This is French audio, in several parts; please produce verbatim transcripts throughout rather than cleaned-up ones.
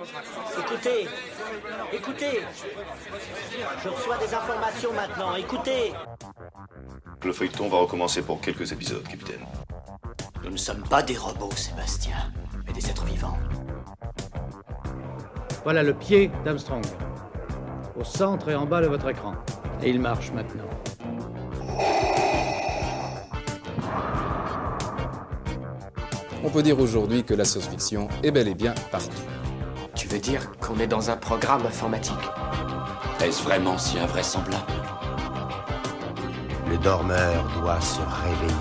Écoutez, écoutez, je reçois des informations maintenant, écoutez. Le feuilleton va recommencer pour quelques épisodes, capitaine. Nous ne sommes pas des robots, Sébastien, mais des êtres vivants. Voilà le pied d'Armstrong, au centre et en bas de votre écran. Et il marche maintenant. On peut dire aujourd'hui que la science-fiction est bel et bien partout. Tu veux dire qu'on est dans un programme informatique? Est-ce vraiment si invraisemblable? Le dormeur doit se réveiller.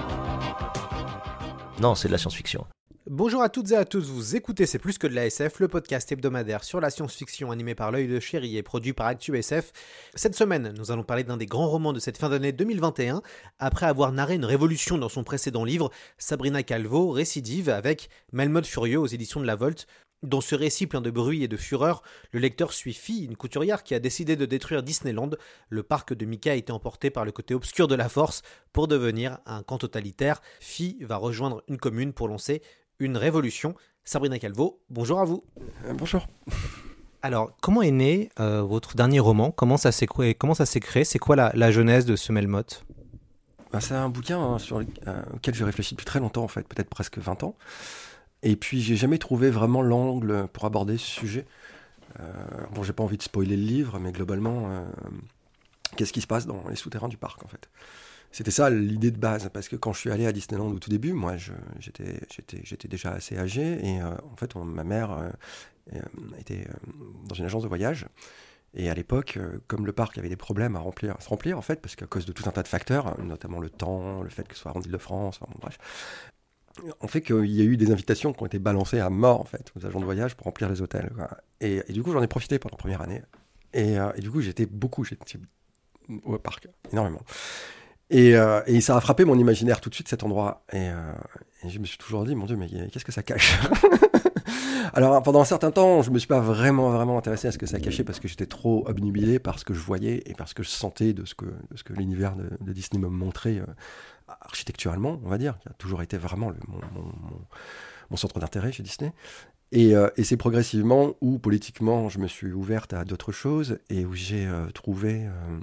Non, c'est de la science-fiction. Bonjour à toutes et à tous, vous écoutez C'est plus que de la S F, le podcast hebdomadaire sur la science-fiction animé par l'œil de chéri et produit par Actu S F. Cette semaine, nous allons parler d'un des grands romans de cette fin d'année deux mille vingt et un. Après avoir narré une révolution dans son précédent livre, Sabrina Calvo récidive avec Melmoth Furieux aux éditions de La Volte. Dans ce récit plein de bruit et de fureur, le lecteur suit Fi, une couturière qui a décidé de détruire Disneyland. Le parc de Mickey a été emporté par le côté obscur de la force pour devenir un camp totalitaire. Fi va rejoindre une commune pour lancer une révolution. Sabrina Calvo, bonjour à vous. Euh, bonjour. Alors, comment est né euh, votre dernier roman? Comment ça s'est créé? Comment ça s'est créé? C'est quoi la, la genèse de ce Melmoth? Bah, c'est un bouquin hein, sur le, euh, auquel j'ai réfléchi depuis très longtemps, en fait, peut-être presque vingt ans. Et puis, j'ai jamais trouvé vraiment l'angle pour aborder ce sujet. Euh, bon, j'ai pas envie de spoiler le livre, mais globalement, euh, qu'est-ce qui se passe dans les souterrains du parc, en fait? C'était ça l'idée de base, parce que quand je suis allé à Disneyland au tout début, moi je, j'étais, j'étais, j'étais déjà assez âgé, et euh, en fait on, ma mère euh, euh, était euh, dans une agence de voyage, et à l'époque, euh, comme le parc avait des problèmes à, remplir, à se remplir, en fait, parce qu'à cause de tout un tas de facteurs, notamment le temps, le fait que ce soit en Île-de-France, enfin, bon, bref, on fait qu'il y a eu des invitations qui ont été balancées à mort en fait, aux agents de voyage pour remplir les hôtels. Quoi. Et, et du coup j'en ai profité pendant la première année, et, euh, et du coup j'étais beaucoup j'étais au parc, énormément. Et, euh, et ça a frappé mon imaginaire tout de suite, cet endroit. Et, euh, et je me suis toujours dit, mon Dieu, mais qu'est-ce que ça cache? Alors, pendant un certain temps, je me suis pas vraiment, vraiment intéressé à ce que ça cachait parce que j'étais trop obnubilé par ce que je voyais et parce que je sentais de ce que, de ce que l'univers de, de Disney me montrait euh, architecturalement, on va dire, qui a toujours été vraiment le, mon, mon, mon, mon centre d'intérêt chez Disney. Et, euh, et c'est progressivement où, politiquement, je me suis ouverte à d'autres choses et où j'ai euh, trouvé... Euh,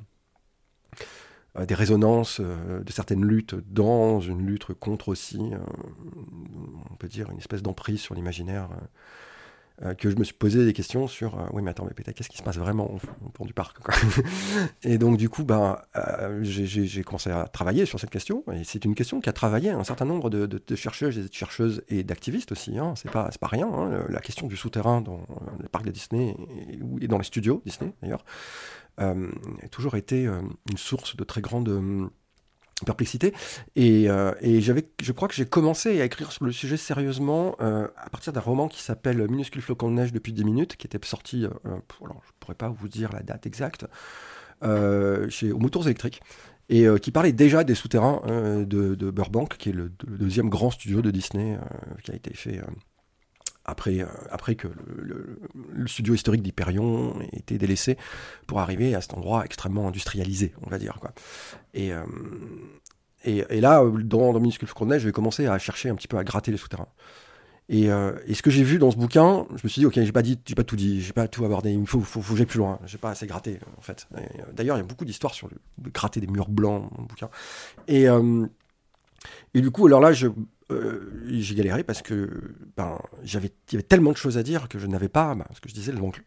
des résonances euh, de certaines luttes dans une lutte contre aussi, euh, on peut dire, une espèce d'emprise sur l'imaginaire, euh, euh, que je me suis posé des questions sur, euh, oui mais attends, mais peut-être qu'est-ce qui se passe vraiment au, au fond du parc, quoi. Et donc du coup, ben, euh, j'ai, j'ai, j'ai commencé à travailler sur cette question, et c'est une question qui a travaillé un certain nombre de, de, de chercheuses et de chercheuses et d'activistes aussi, hein. c'est pas, c'est pas rien, hein. La question du souterrain dans euh, le parc de Disney, et, et dans les studios Disney d'ailleurs, Euh, a toujours été euh, une source de très grande euh, perplexité. Et, euh, et j'avais, je crois que j'ai commencé à écrire sur le sujet sérieusement euh, à partir d'un roman qui s'appelle Minuscule flocon de neige depuis dix minutes, qui était sorti, euh, pour, alors je ne pourrais pas vous dire la date exacte, euh, chez Aux Moutons électriques, et euh, qui parlait déjà des souterrains euh, de, de Burbank, qui est le, le deuxième grand studio de Disney, euh, qui a été fait... Euh, Après, euh, après que le, le, le studio historique d'Hyperion ait été délaissé pour arriver à cet endroit extrêmement industrialisé, on va dire, quoi. Et, euh, et, et là, dans, dans Minuscule flocon de neige, j'ai commencé à chercher un petit peu à gratter les souterrains. Et, euh, et ce que j'ai vu dans ce bouquin, je me suis dit, ok, j'ai pas dit, j'ai pas tout dit, j'ai pas tout abordé, il faut, faut, faut que j'aille plus loin, j'ai pas assez gratté, en fait. Et, euh, d'ailleurs, il y a beaucoup d'histoires sur le, de gratter des murs blancs dans le bouquin. Et, euh, et du coup, alors là, je... Euh, j'ai galéré parce que ben, j'avais, il y avait tellement de choses à dire que je n'avais pas, ben, ce que je disais, l'oncle.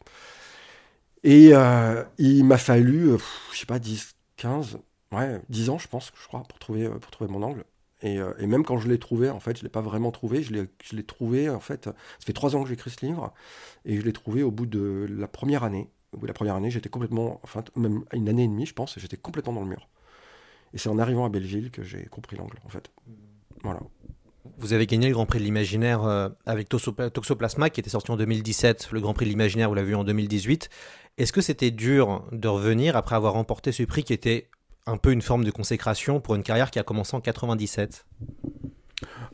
Et euh, il m'a fallu, euh, je sais pas, dix, quinze, ouais, dix ans, je pense, je crois, pour trouver, pour trouver mon angle. Et, euh, et même quand je l'ai trouvé, en fait, je ne l'ai pas vraiment trouvé. Je l'ai, je l'ai trouvé, en fait, ça fait trois ans que j'écris ce livre, et je l'ai trouvé au bout de la première année. Au bout de la première année, j'étais complètement, enfin, même une année et demie, je pense, j'étais complètement dans le mur. Et c'est en arrivant à Belleville que j'ai compris l'angle, en fait. Voilà. Vous avez gagné le Grand Prix de l'Imaginaire euh, avec Toxoplasma qui était sorti en deux mille dix-sept. Le Grand Prix de l'Imaginaire, vous l'avez vu en deux mille dix-huit. Est-ce que c'était dur de revenir après avoir remporté ce prix qui était un peu une forme de consécration pour une carrière qui a commencé en quatre-vingt-dix-sept?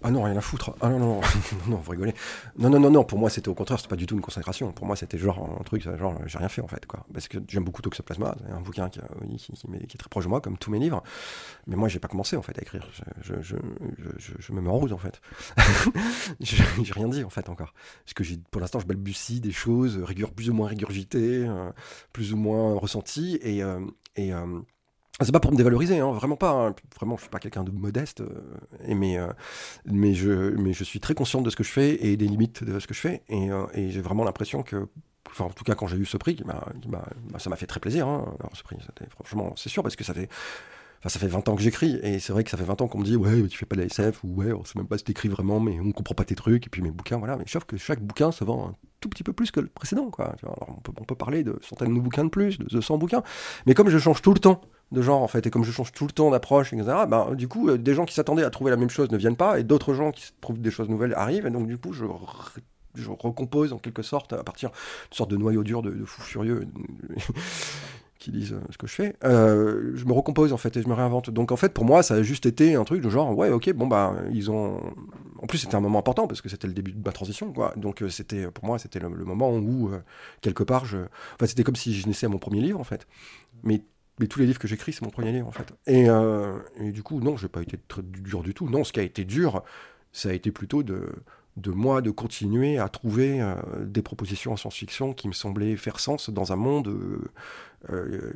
Ah non, rien à foutre. Ah non, non, non, non, vous rigolez. Non, non, non, non, pour moi, c'était au contraire, c'était pas du tout une consécration. Pour moi, c'était genre un truc, genre, j'ai rien fait, en fait, quoi. Parce que j'aime beaucoup Toxoplasma, c'est un bouquin qui, qui, qui, qui, est, qui est très proche de moi, comme tous mes livres. Mais moi, j'ai pas commencé, en fait, à écrire. Je, je, je, je, je me mets en rose, en fait. j'ai, j'ai rien dit, en fait, encore. Parce que j'ai, pour l'instant, je balbutie des choses, rigur, plus ou moins régurgitées, euh, plus ou moins ressenties, et... Euh, et euh, c'est pas pour me dévaloriser, hein, vraiment pas. Hein. Vraiment, je suis pas quelqu'un de modeste, euh, et mais, euh, mais, je, mais je suis très conscient de ce que je fais et des limites de ce que je fais. Et, euh, et j'ai vraiment l'impression que, enfin, en tout cas, quand j'ai eu ce prix, qui m'a, qui m'a, bah, ça m'a fait très plaisir. Hein. Alors, ce prix, c'était, franchement, c'est sûr, parce que ça fait, enfin, ça fait vingt ans que j'écris. Et c'est vrai que ça fait vingt ans qu'on me dit, ouais, mais tu fais pas de la S F, ou ouais, on sait même pas si t'écris vraiment, mais on comprend pas tes trucs. Et puis mes bouquins, voilà. Mais sauf que chaque bouquin se vend un tout petit peu plus que le précédent, quoi. Alors, on peut, on peut parler de centaines de bouquins de plus, de cent bouquins. Mais comme je change tout le temps de genre, en fait, et comme je change tout le temps d'approche, et cetera, ben, du coup, euh, des gens qui s'attendaient à trouver la même chose ne viennent pas, et d'autres gens qui trouvent des choses nouvelles arrivent, et donc du coup, je, re- je recompose en quelque sorte, à partir d'une sorte de noyau dur de, de fous furieux qui disent euh, ce que je fais, euh, je me recompose, en fait, et je me réinvente. Donc, en fait, pour moi, ça a juste été un truc de genre, ouais, ok, bon, bah, ils ont... En plus, c'était un moment important, parce que c'était le début de ma transition, quoi. Donc, euh, c'était, pour moi, c'était le, le moment où, euh, quelque part, je... Enfin, c'était comme si je naissais à mon premier livre, en fait. Mais Mais tous les livres que j'écris, c'est mon premier livre, en fait. Et, euh, et du coup, non, je n'ai pas été très dur du tout. Non, ce qui a été dur, ça a été plutôt de, de moi de continuer à trouver euh, des propositions en science-fiction qui me semblaient faire sens dans un monde euh, euh,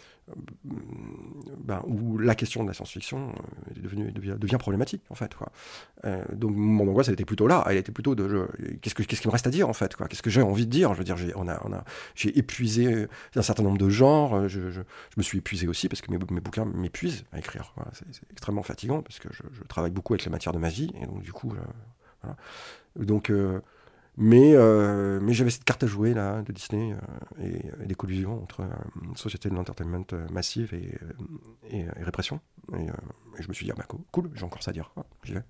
ben, où la question de la science-fiction est devenue, devient, devient problématique, en fait, quoi. Euh, donc mon angoisse, elle était plutôt là, elle était plutôt de je, qu'est-ce que qu'est-ce qu'il me reste à dire, en fait, quoi. Qu'est-ce que j'ai envie de dire, je veux dire, j'ai on a on a j'ai épuisé un certain nombre de genres, je, je, je me suis épuisé aussi parce que mes, mes bouquins m'épuisent à écrire, voilà. c'est, c'est extrêmement fatigant parce que je, je travaille beaucoup avec la matière de ma vie et donc du coup euh, voilà. Donc euh, Mais, euh, mais j'avais cette carte à jouer là, de Disney euh, et, et des collusions entre euh, une société de l'entertainment euh, massive et, et, et répression. Et, euh, et je me suis dit, ah, bah, cool, j'ai encore ça à dire, ouais, j'y vais.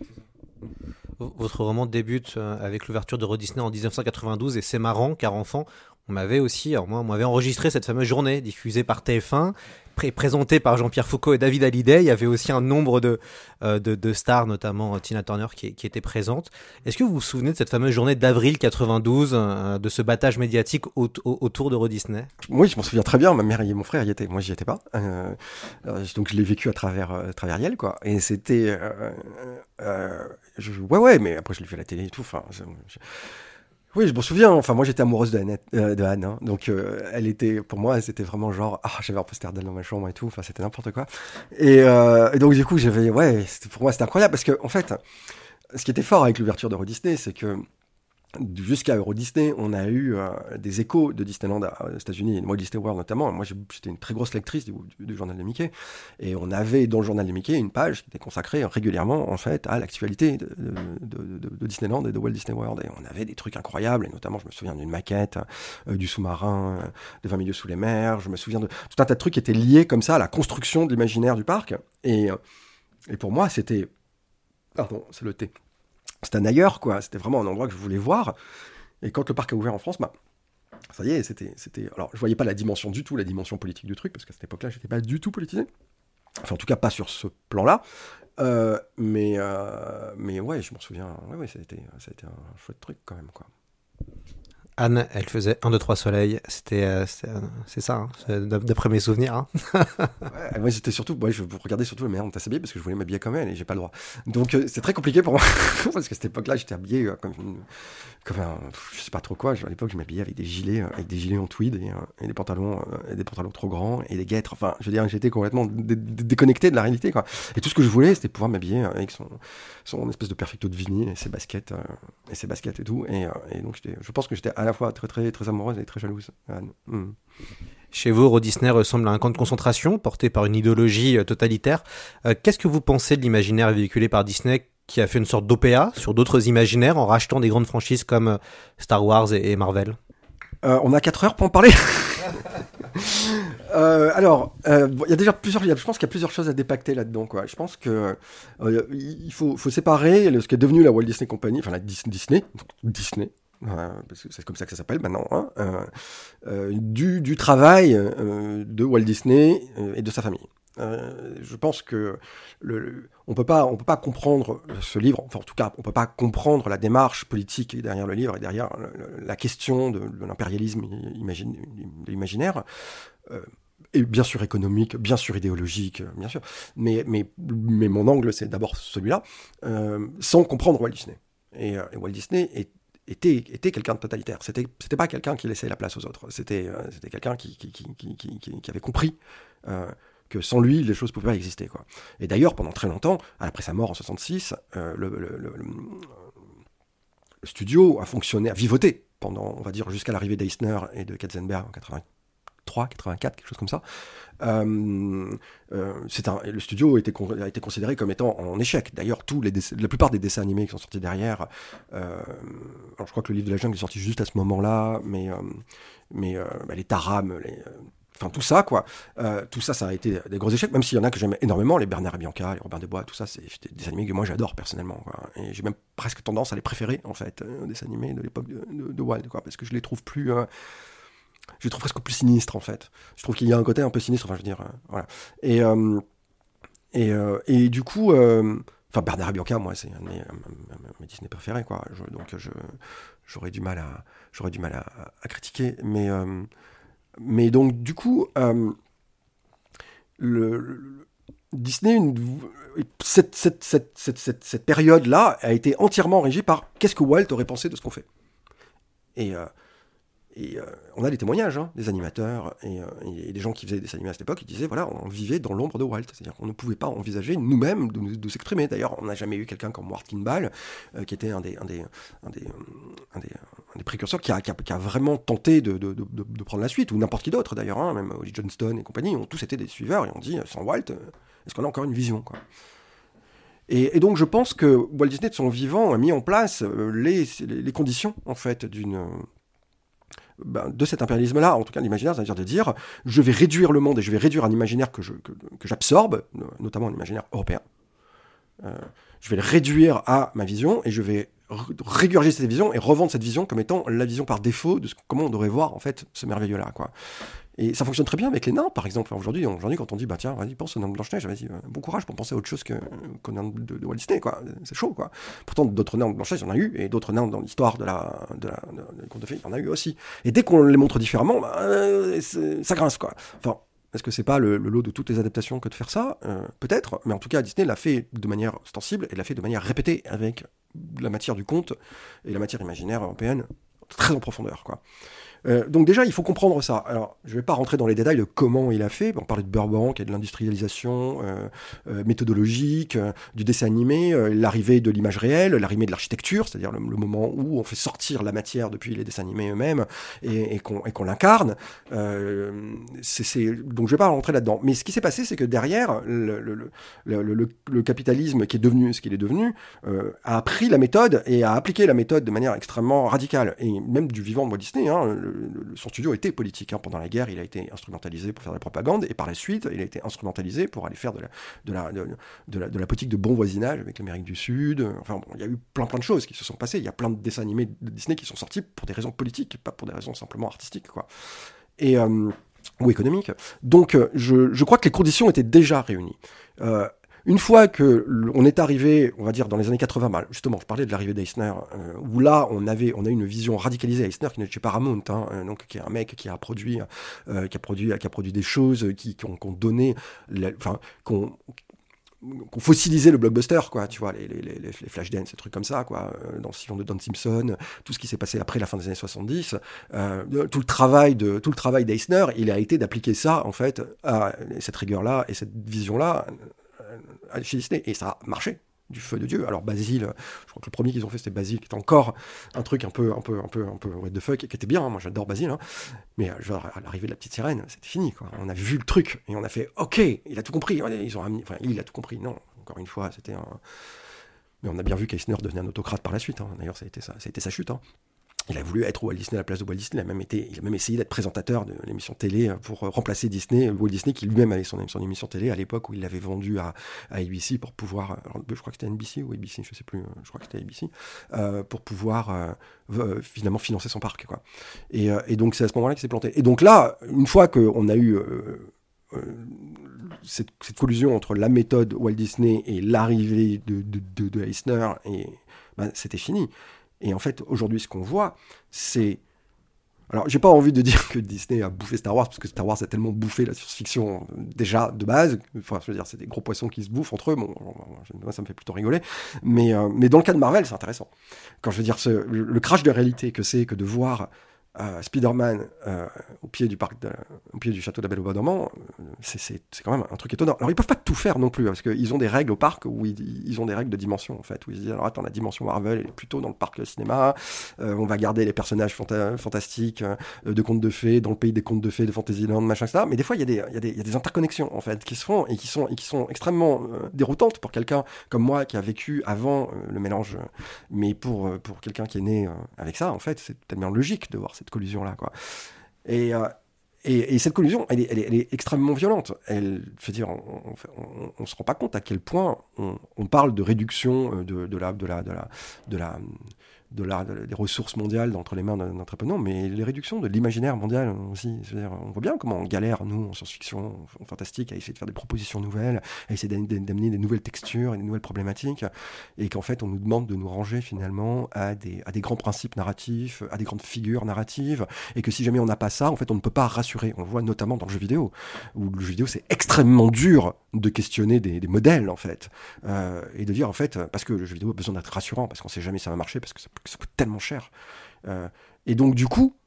Votre roman débute euh, avec l'ouverture de Euro Disney en dix-neuf cent quatre-vingt-douze et c'est marrant car enfant, on m'avait aussi, alors moi, on m'avait enregistré cette fameuse journée diffusée par T F un, pré- présentée par Jean-Pierre Foucault et David Hallyday. Il y avait aussi un nombre de, euh, de, de stars, notamment Tina Turner, qui, qui était présente. Est-ce que vous vous souvenez de cette fameuse journée d'avril quatre-vingt-douze, euh, de ce battage médiatique au, au, autour d'Euro Disney ? Oui, je m'en souviens très bien. Ma mère et mon frère y étaient. Moi, j'y étais pas. Euh, donc, je l'ai vécu à travers, à travers Yel, quoi. Et c'était... Euh, euh, je, ouais, ouais, mais après, je l'ai vu à la télé et tout. Enfin... Je, je... Oui, je m'en souviens. Enfin, moi, j'étais amoureuse de Anne. Euh, de Anne hein. Donc, euh, elle était, pour moi, c'était vraiment genre, ah, j'avais un poster d'elle dans ma chambre et tout. Enfin, c'était n'importe quoi. Et, euh, et donc, du coup, j'avais, ouais, c'était, pour moi, c'était incroyable parce que, en fait, ce qui était fort avec l'ouverture d'Euro Disney, c'est que jusqu'à Euro Disney, on a eu euh, des échos de Disneyland aux États-Unis et de Walt Disney World notamment. Moi, j'étais une très grosse lectrice du, du, du journal de Mickey, et on avait dans le journal de Mickey une page qui était consacrée régulièrement en fait à l'actualité de, de, de, de, de Disneyland et de Walt Disney World. Et on avait des trucs incroyables, et notamment, je me souviens d'une maquette euh, du sous-marin euh, de vingt milieux sous les mers. Je me souviens de tout un tas de trucs qui étaient liés comme ça à la construction de l'imaginaire du parc. Et, et pour moi, c'était, pardon, c'est le thé. C'était un ailleurs, quoi. C'était vraiment un endroit que je voulais voir. Et quand le parc a ouvert en France, bah, ça y est, c'était, c'était... Alors, je voyais pas la dimension du tout, la dimension politique du truc, parce qu'à cette époque-là, j'étais pas du tout politisé. Enfin, en tout cas, pas sur ce plan-là. Euh, mais, euh, mais ouais, je m'en souviens. Ouais, ouais, ça a été, ça a été un chouette truc, quand même, quoi. Anne, elle faisait un, deux, trois soleils. C'était, euh, c'était euh, c'est ça, hein, c'est d'après mes souvenirs. Hein. Ouais, moi, j'étais surtout, ouais, je regardais surtout la manière dont elle s'habillait parce que je voulais m'habiller comme elle et j'ai pas le droit. Donc, euh, c'est très compliqué pour moi parce qu'à cette époque-là, j'étais habillé euh, comme, une, comme un, je sais pas trop quoi. À l'époque, je m'habillais avec des gilets, euh, avec des gilets en tweed et, euh, et des pantalons, euh, et des pantalons trop grands et des guêtres. Enfin, je veux dire, j'étais complètement dé- dé- déconnecté de la réalité, quoi. Et tout ce que je voulais, c'était pouvoir m'habiller avec son, son espèce de perfecto de vinyle et ses baskets, euh, et ses baskets et tout. Et, euh, et donc, j'étais, je pense que j'étais à la fois très, très, très amoureuse et très jalouse. Mmh. Chez vous, Euro Disney ressemble à un camp de concentration porté par une idéologie euh, totalitaire. Euh, qu'est-ce que vous pensez de l'imaginaire véhiculé par Disney qui a fait une sorte d'O P A sur d'autres imaginaires en rachetant des grandes franchises comme euh, Star Wars et, et Marvel ? euh, On a quatre heures pour en parler. euh, alors, il euh, y a déjà plusieurs, y a, je pense qu'il y a plusieurs choses à dépacter là-dedans, quoi. Je pense que euh, il faut, faut séparer ce qui est devenu la Walt Disney Company, enfin la Disney, Disney. Euh, parce que c'est comme ça que ça s'appelle maintenant, hein, euh, euh, du, du travail euh, de Walt Disney euh, et de sa famille. Euh, je pense que le, le, on peut pas, on peut pas comprendre ce livre, enfin en tout cas, on peut pas comprendre la démarche politique derrière le livre et derrière le, la question de, de l'impérialisme imagine, de l'imaginaire, euh, et bien sûr économique, bien sûr idéologique, bien sûr, mais, mais, mais mon angle c'est d'abord celui-là, euh, sans comprendre Walt Disney. Et, euh, et Walt Disney est était, était quelqu'un de totalitaire. C'était, c'était pas quelqu'un qui laissait la place aux autres. C'était, euh, c'était quelqu'un qui, qui, qui, qui, qui, qui avait compris euh, que sans lui, les choses ne pouvaient pas exister, quoi. Et d'ailleurs, pendant très longtemps, après sa mort en soixante-six, euh, le, le, le, le, le studio a fonctionné, a vivoté pendant, on va dire, jusqu'à l'arrivée d'Eisner et de Katzenberg en quatre-vingt-trois, quatre-vingt-quatre, quelque chose comme ça. Euh, euh, c'est un, le studio a été, a été considéré comme étant en échec. D'ailleurs, tous les dessins, la plupart des dessins animés qui sont sortis derrière, euh, alors je crois que le livre de la jungle est sorti juste à ce moment-là, mais, euh, mais euh, bah, les Taram, les, euh, enfin tout ça, quoi, euh, tout ça, ça a été des gros échecs, même s'il y en a que j'aime énormément, les Bernard et Bianca, les Robin des Bois, tout ça, c'est des animés que moi j'adore personnellement, quoi. Et j'ai même presque tendance à les préférer, en fait, euh, des animés de l'époque de, de, de Walt, quoi, parce que je les trouve plus... Euh, je les trouve presque plus sinistres, en fait. Je trouve qu'il y a un côté un peu sinistre, enfin, je veux dire, euh, voilà. Et, euh, et, euh, et du coup, euh, enfin, Bernard et Bianca, moi, c'est un de mes, mes Disney préférés, quoi. Je, donc, je, j'aurais du mal à, j'aurais du mal à, à critiquer. Mais, euh, mais donc, du coup, euh, le, le Disney, une, cette, cette, cette, cette, cette, cette période-là a été entièrement régie par qu'est-ce que Walt aurait pensé de ce qu'on fait. Et... Euh, Et euh, on a des témoignages, hein, des animateurs et, euh, et des gens qui faisaient des animés à cette époque, ils disaient, voilà, on vivait dans l'ombre de Walt. C'est-à-dire qu'on ne pouvait pas envisager nous-mêmes de, de s'exprimer. D'ailleurs, on n'a jamais eu quelqu'un comme Ward Kimball, euh, qui était un des, un des, un des, un des, un des précurseurs, qui a, qui, a, qui a vraiment tenté de, de, de, de prendre la suite, ou n'importe qui d'autre d'ailleurs, hein, même Ollie Johnston et compagnie, ont tous été des suiveurs et ont dit, sans Walt, est-ce qu'on a encore une vision, quoi. Et, et donc, je pense que Walt Disney, de son vivant, a mis en place les, les, les conditions, en fait, d'une... Ben, de cet impérialisme-là, en tout cas l'imaginaire, c'est-à-dire de dire je vais réduire le monde et je vais réduire un imaginaire que, je, que, que j'absorbe, notamment un imaginaire européen. Euh, je vais le réduire à ma vision et je vais régurgiter cette vision et revendre cette vision comme étant la vision par défaut de ce, comment on devrait voir en fait ce merveilleux-là, quoi. Et ça fonctionne très bien avec les nains, par exemple. Enfin, aujourd'hui, aujourd'hui, quand on dit, bah tiens, vas-y, pense au nain de Blanche-Neige, vas-y, bon courage pour penser à autre chose que, qu'au nain de, de Walt Disney, quoi. C'est chaud, quoi. Pourtant, d'autres nains de Blanche-Neige, il y en a eu, et d'autres nains dans l'histoire de la, de la, de, de conte de fées, il y en a eu aussi. Et dès qu'on les montre différemment, bah, euh, ça grince, quoi. Enfin, est-ce que c'est pas le, le lot de toutes les adaptations que de faire ça? euh, Peut-être, mais en tout cas, Disney l'a fait de manière ostensible et l'a fait de manière répétée avec la matière du conte et la matière imaginaire européenne très en profondeur, quoi. Euh, donc déjà, il faut comprendre ça. Alors, je ne vais pas rentrer dans les détails de comment il a fait. On parlait de Burbank et de l'industrialisation euh, euh, méthodologique, euh, du dessin animé, euh, l'arrivée de l'image réelle, l'arrivée de l'architecture, c'est-à-dire le, le moment où on fait sortir la matière depuis les dessins animés eux-mêmes et, et qu'on, et qu'on l'incarne. Euh, c'est, c'est... Donc je ne vais pas rentrer là-dedans. Mais ce qui s'est passé, c'est que derrière, le, le, le, le, le, le capitalisme qui est devenu ce qu'il est devenu euh, a pris la méthode et a appliqué la méthode de manière extrêmement radicale. Et même du vivant de Walt Disney, hein, le, Le, son studio était politique. Hein. Pendant la guerre, il a été instrumentalisé pour faire de la propagande, et par la suite, il a été instrumentalisé pour aller faire de la, de la, de, de la, de la politique de bon voisinage avec l'Amérique du Sud. Enfin, bon, il y a eu plein plein de choses qui se sont passées. Il y a plein de dessins animés de Disney qui sont sortis pour des raisons politiques, pas pour des raisons simplement artistiques, quoi. Et, euh, ou économiques. Donc, je, je crois que les conditions étaient déjà réunies. Euh, Une fois qu'on est arrivé, on va dire, dans les années quatre-vingts, bah, justement, je parlais de l'arrivée d'Eisner, euh, où là, on avait, on a eu une vision radicalisée. Eisner, qui n'est chez Paramount, hein, euh, donc, qui est un mec qui a produit, euh, qui a produit, qui a produit des choses qui, qui ont, qui ont donné, enfin, qu'on, qu'on fossilisait le blockbuster, quoi, tu vois, les, les, les, les Flashdance, ces trucs comme ça, quoi, euh, dans le sillon de Don Simpson, tout ce qui s'est passé après la fin des années soixante-dix, euh, tout le travail de, tout le travail d'Eisner, il a été d'appliquer ça, en fait, à cette rigueur-là et cette vision-là, chez Disney, et ça a marché du feu de Dieu. Alors Basile, je crois que le premier qu'ils ont fait c'était Basile, qui était encore un truc un peu un peu un peu un peu what the fuck, qui était bien, hein. Moi j'adore Basile, hein. Mais genre à l'arrivée de la petite sirène, c'était fini, quoi. On a vu le truc et on a fait ok, il a tout compris. Ils ont ramené, enfin il a tout compris. Non, encore une fois, c'était un. Mais on a bien vu qu'Eisner devenait un autocrate par la suite, hein. D'ailleurs, ça a été ça, ça a été sa chute, hein. Il a voulu être Walt Disney à la place de Walt Disney. Il a même, été, il a même essayé d'être présentateur de l'émission télé pour remplacer Disney. Walt Disney, qui lui-même avait son, son émission télé à l'époque où il l'avait vendu à, à A B C pour pouvoir... Je crois que c'était N B C ou A B C, je ne sais plus. Je crois que c'était A B C. Euh, pour pouvoir euh, euh, finalement financer son parc, quoi. Et, euh, et donc, c'est à ce moment-là qu'il s'est planté. Et donc là, une fois qu'on a eu... Euh, euh, cette, cette collusion entre la méthode Walt Disney et l'arrivée de, de, de, de Eisner, et ben, c'était fini. Et en fait, aujourd'hui, ce qu'on voit, c'est... Alors, j'ai pas envie de dire que Disney a bouffé Star Wars, parce que Star Wars a tellement bouffé la science-fiction déjà de base. Enfin, je veux dire, c'est des gros poissons qui se bouffent entre eux. Bon, moi, ça me fait plutôt rigoler. Mais, euh, mais dans le cas de Marvel, c'est intéressant. Quand je veux dire, ce, le, le crash de réalité que c'est que de voir euh, Spider-Man euh, au pied du parc, de, au pied du château de la Belle au Bois dormant, c'est, c'est, c'est quand même un truc étonnant. Alors, ils peuvent pas tout faire non plus, parce qu'ils ont des règles au parc où ils, ils ont des règles de dimension, en fait, où ils se disent, alors attends, la dimension Marvel, elle est plutôt dans le parc cinéma, euh, on va garder les personnages fanta- fantastiques euh, de contes de fées, dans le pays des contes de fées, de Fantasyland, machin, et cetera. Mais des fois, il y a des, il y a des, il y a des interconnexions, en fait, qui se font et qui sont, et qui sont extrêmement euh, déroutantes pour quelqu'un comme moi qui a vécu avant euh, le mélange. Mais pour, euh, pour quelqu'un qui est né euh, avec ça, en fait, c'est tellement logique de voir cette collusion-là, quoi. Et, euh, et, et cette collusion, elle est, elle, est, elle est extrêmement violente. Elle, je veux dire, on, on, on se rend pas compte à quel point on, on parle de réduction de, de la, de la, de la, de la, de la, de la, des ressources mondiales entre les mains d'un très peu de nom, mais les réductions de l'imaginaire mondial aussi. Je veux dire, on voit bien comment on galère, nous, en science-fiction, en fantastique, à essayer de faire des propositions nouvelles, à essayer d'amener des nouvelles textures et des nouvelles problématiques, et qu'en fait, on nous demande de nous ranger finalement à des, à des grands principes narratifs, à des grandes figures narratives, et que si jamais on n'a pas ça, en fait, on ne peut pas rassurer. On le voit notamment dans le jeu vidéo, où le jeu vidéo, c'est extrêmement dur de questionner des, des modèles, en fait, euh, et de dire, en fait, parce que le jeu vidéo a besoin d'être rassurant, parce qu'on sait jamais si ça va marcher, parce que ça ça coûte tellement cher. Euh, et donc, du coup,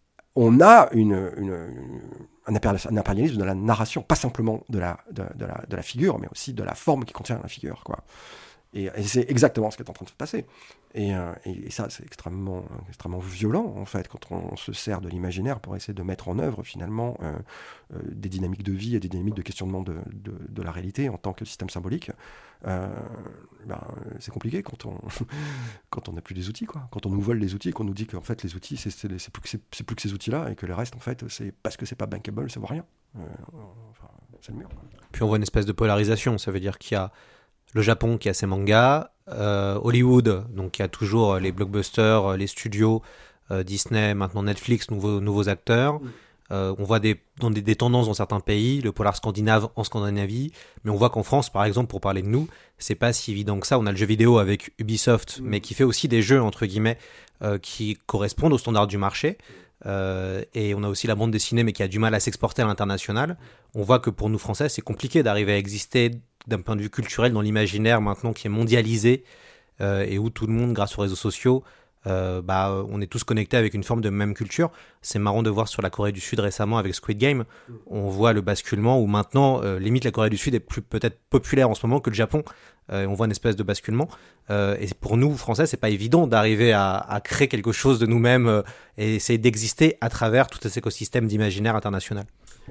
on a une, une, une, un impérialisme de la narration, pas simplement de la, de, de, la, de la figure, mais aussi de la forme qui contient la figure, quoi. Et, et c'est exactement ce qui est en train de se passer. Et, euh, et, et ça, c'est extrêmement, extrêmement violent, en fait, quand on, on se sert de l'imaginaire pour essayer de mettre en œuvre, finalement, euh, euh, des dynamiques de vie et des dynamiques de questionnement de, de, de la réalité en tant que système symbolique. Euh, ben, c'est compliqué quand on quand on n'a plus les outils, quoi. Quand on nous vole les outils et qu'on nous dit qu'en fait, les outils, c'est, c'est, c'est, plus, que, c'est, c'est plus que ces outils-là, et que le reste, en fait, c'est parce que c'est pas bankable, ça vaut rien. Euh, enfin, c'est le mur, quoi. Puis on voit une espèce de polarisation, ça veut dire qu'il y a le Japon qui a ses mangas, euh, Hollywood, donc qui a toujours les blockbusters, les studios, euh, Disney, maintenant Netflix, nouveaux, nouveaux acteurs. Euh, on voit des, dans des, des tendances dans certains pays, le polar scandinave en Scandinavie, mais on voit qu'en France, par exemple, pour parler de nous, c'est pas si évident que ça. On a le jeu vidéo avec Ubisoft, mmh. mais qui fait aussi des jeux, entre guillemets, euh, qui correspondent aux standards du marché. Euh, et on a aussi la bande dessinée, mais qui a du mal à s'exporter à l'international. On voit que pour nous, Français, c'est compliqué d'arriver à exister d'un point de vue culturel dans l'imaginaire maintenant qui est mondialisé euh, et où tout le monde, grâce aux réseaux sociaux, euh, bah, on est tous connectés avec une forme de même culture. C'est marrant de voir sur la Corée du Sud récemment avec Squid Game, on voit le basculement où maintenant, euh, limite la Corée du Sud est plus peut-être populaire en ce moment que le Japon. Euh, on voit une espèce de basculement. Euh, et pour nous, Français, c'est pas évident d'arriver à, à créer quelque chose de nous-mêmes euh, et essayer d'exister à travers tout cet écosystème d'imaginaire international.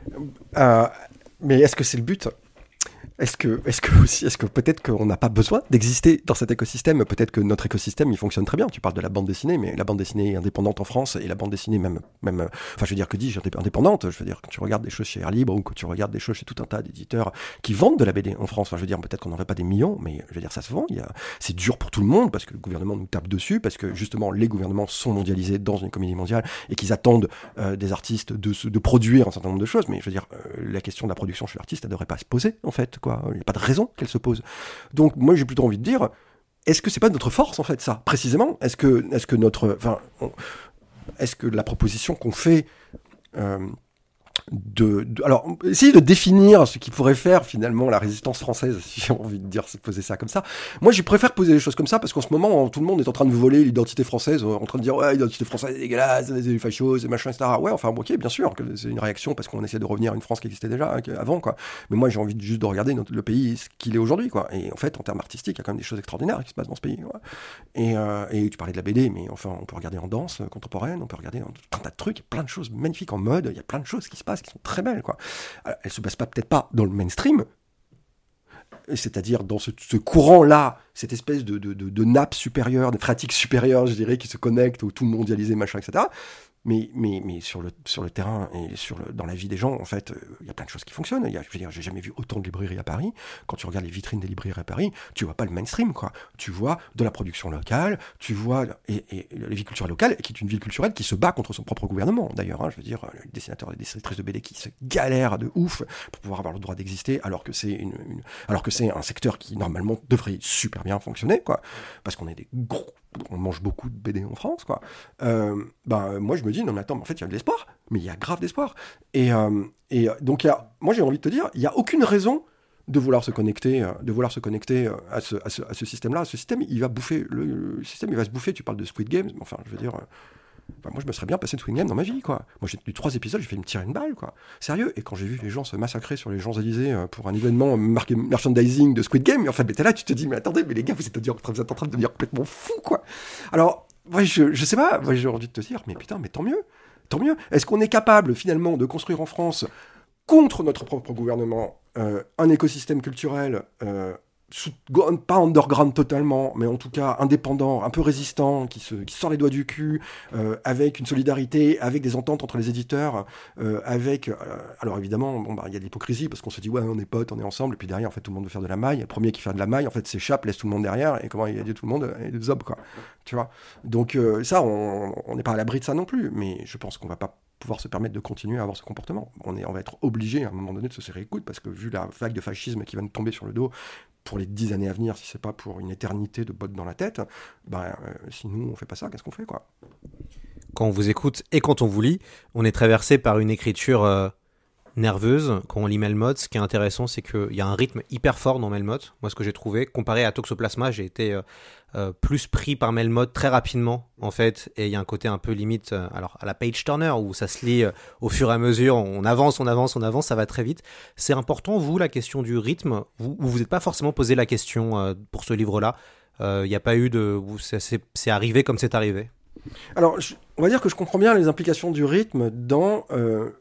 Euh, mais est-ce que c'est le but ? Est-ce que, est-ce que aussi, est-ce que peut-être qu'on n'a pas besoin d'exister dans cet écosystème ? Peut-être que notre écosystème, il fonctionne très bien. Tu parles de la bande dessinée, mais la bande dessinée est indépendante en France et la bande dessinée même, même, enfin, je veux dire, que dis-je, indépendante. Je veux dire, quand tu regardes des choses chez Air Libre ou que tu regardes des choses chez tout un tas d'éditeurs qui vendent de la B D en France. Enfin, je veux dire, peut-être qu'on n'en fait pas des millions, mais je veux dire, ça se vend. Il y a, c'est dur pour tout le monde parce que le gouvernement nous tape dessus, parce que justement, les gouvernements sont mondialisés dans une économie mondiale et qu'ils attendent euh, des artistes de, de produire un certain nombre de choses. Mais je veux dire, euh, la question de la production chez l'artiste, elle ne devrait pas se poser, en fait, quoi. Il n'y a pas de raison qu'elle se pose. Donc moi j'ai plutôt envie de dire, est-ce que c'est pas notre force en fait ça, précisément ? Est-ce que, est-ce que notre, enfin, on, est-ce que la proposition qu'on fait euh, de, de, alors essayer de définir ce qui pourrait faire finalement la résistance française, si j'ai envie de dire, c'est poser ça comme ça. Moi, je préfère poser les choses comme ça parce qu'en ce moment, tout le monde est en train de voler l'identité française, en train de dire ouais, l'identité française est dégueulasse, c'est des fachos, c'est machin, et cetera. Ouais, enfin, ok, bien sûr que c'est une réaction parce qu'on essaie de revenir à une France qui existait déjà hein, avant, quoi. Mais moi, j'ai envie de, juste de regarder notre, le pays ce qu'il est aujourd'hui, quoi. Et en fait, en termes artistiques, il y a quand même des choses extraordinaires qui se passent dans ce pays. Ouais. Et, euh, et tu parlais de la B D, mais enfin, on peut regarder en danse contemporaine, on peut regarder en tout un tas de trucs, il y a plein de choses magnifiques en mode, il y a plein de choses qui se passent qui sont très belles, quoi. Alors, elle se base pas peut-être pas dans le mainstream, c'est-à-dire dans ce, ce courant-là, cette espèce de, de, de, de nappe supérieure, de pratique supérieure, je dirais, qui se connecte au tout mondialisé, machin, et cetera. Mais, mais, mais sur, le, sur le terrain et sur le, dans la vie des gens, en fait, il euh, y a plein de choses qui fonctionnent. Y a, je veux dire, j'ai jamais vu autant de librairies à Paris. Quand tu regardes les vitrines des librairies à Paris, tu vois pas le mainstream, quoi. Tu vois de la production locale, tu vois et, et la vie culturelle locale, qui est une ville culturelle qui se bat contre son propre gouvernement, d'ailleurs. Hein, je veux dire, les dessinateurs et les dessinatrices de B D qui se galèrent de ouf pour pouvoir avoir le droit d'exister, alors que c'est une, une alors que c'est un secteur qui normalement devrait super bien fonctionner, quoi. Parce qu'on est des gros on mange beaucoup de B D en France, quoi. Euh, ben, moi, je me dis, non, mais attends, mais en fait, il y a de l'espoir. Mais il y a grave d'espoir. Et, euh, et donc, y a, moi, j'ai envie de te dire, il n'y a aucune raison de vouloir se connecter, de vouloir se connecter à ce, à ce, à ce système-là. Ce système, il va bouffer, le, le système, il va se bouffer. Tu parles de Squid Game, mais enfin, je veux dire... Enfin, moi, je me serais bien passé de Squid Game dans ma vie, quoi. Moi, j'ai tenu trois épisodes, j'ai fait me tirer une balle, quoi. Sérieux. Et quand j'ai vu les gens se massacrer sur les Champs-Élysées pour un événement marqué merchandising de Squid Game, en fait, mais t'es là, tu te dis, mais attendez, mais les gars, vous êtes, vous êtes en train de devenir complètement fous, quoi. Alors, ouais, je, je sais pas, moi, j'ai envie de te dire, mais putain, mais tant mieux, tant mieux. Est-ce qu'on est capable, finalement, de construire en France, contre notre propre gouvernement, euh, un écosystème culturel euh, Sous, pas underground totalement, mais en tout cas indépendant, un peu résistant, qui, se, qui sort les doigts du cul, euh, avec une solidarité, avec des ententes entre les éditeurs, euh, avec... Euh, alors évidemment, bon, bah, y a de l'hypocrisie, parce qu'on se dit, ouais, on est potes, on est ensemble, et puis derrière, en fait, tout le monde veut faire de la maille. Le premier qui fait de la maille, en fait, s'échappe, laisse tout le monde derrière, et comment il a dit tout le monde, et des zobs, quoi. Tu vois. Donc euh, ça, on n'est pas à l'abri de ça non plus, mais je pense qu'on va pas pouvoir se permettre de continuer à avoir ce comportement. On, est, on va être obligé, à un moment donné, de se serrer les coudes, parce que vu la vague de fascisme qui va nous tomber sur le dos, pour les dix années à venir, si c'est pas pour une éternité de bottes dans la tête, ben, euh, si nous on fait pas ça, qu'est-ce qu'on fait, quoi? Quand on vous écoute et quand on vous lit, on est traversé par une écriture euh, nerveuse. Quand on lit Melmoth, ce qui est intéressant, c'est qu'il y a un rythme hyper fort dans Melmoth. Moi, ce que j'ai trouvé, comparé à Toxoplasma, j'ai été euh, euh, plus pris par Melmoth très rapidement, en fait. Et il y a un côté un peu limite, euh, alors à la page turner, où ça se lit euh, au fur et à mesure, on avance, on avance, on avance, ça va très vite. C'est important, vous, la question du rythme, vous vous n'êtes pas forcément posé la question euh, pour ce livre-là. Il euh, n'y a pas eu de... C'est, c'est, c'est arrivé comme c'est arrivé. Alors, je, on va dire que je comprends bien les implications du rythme dans... Euh...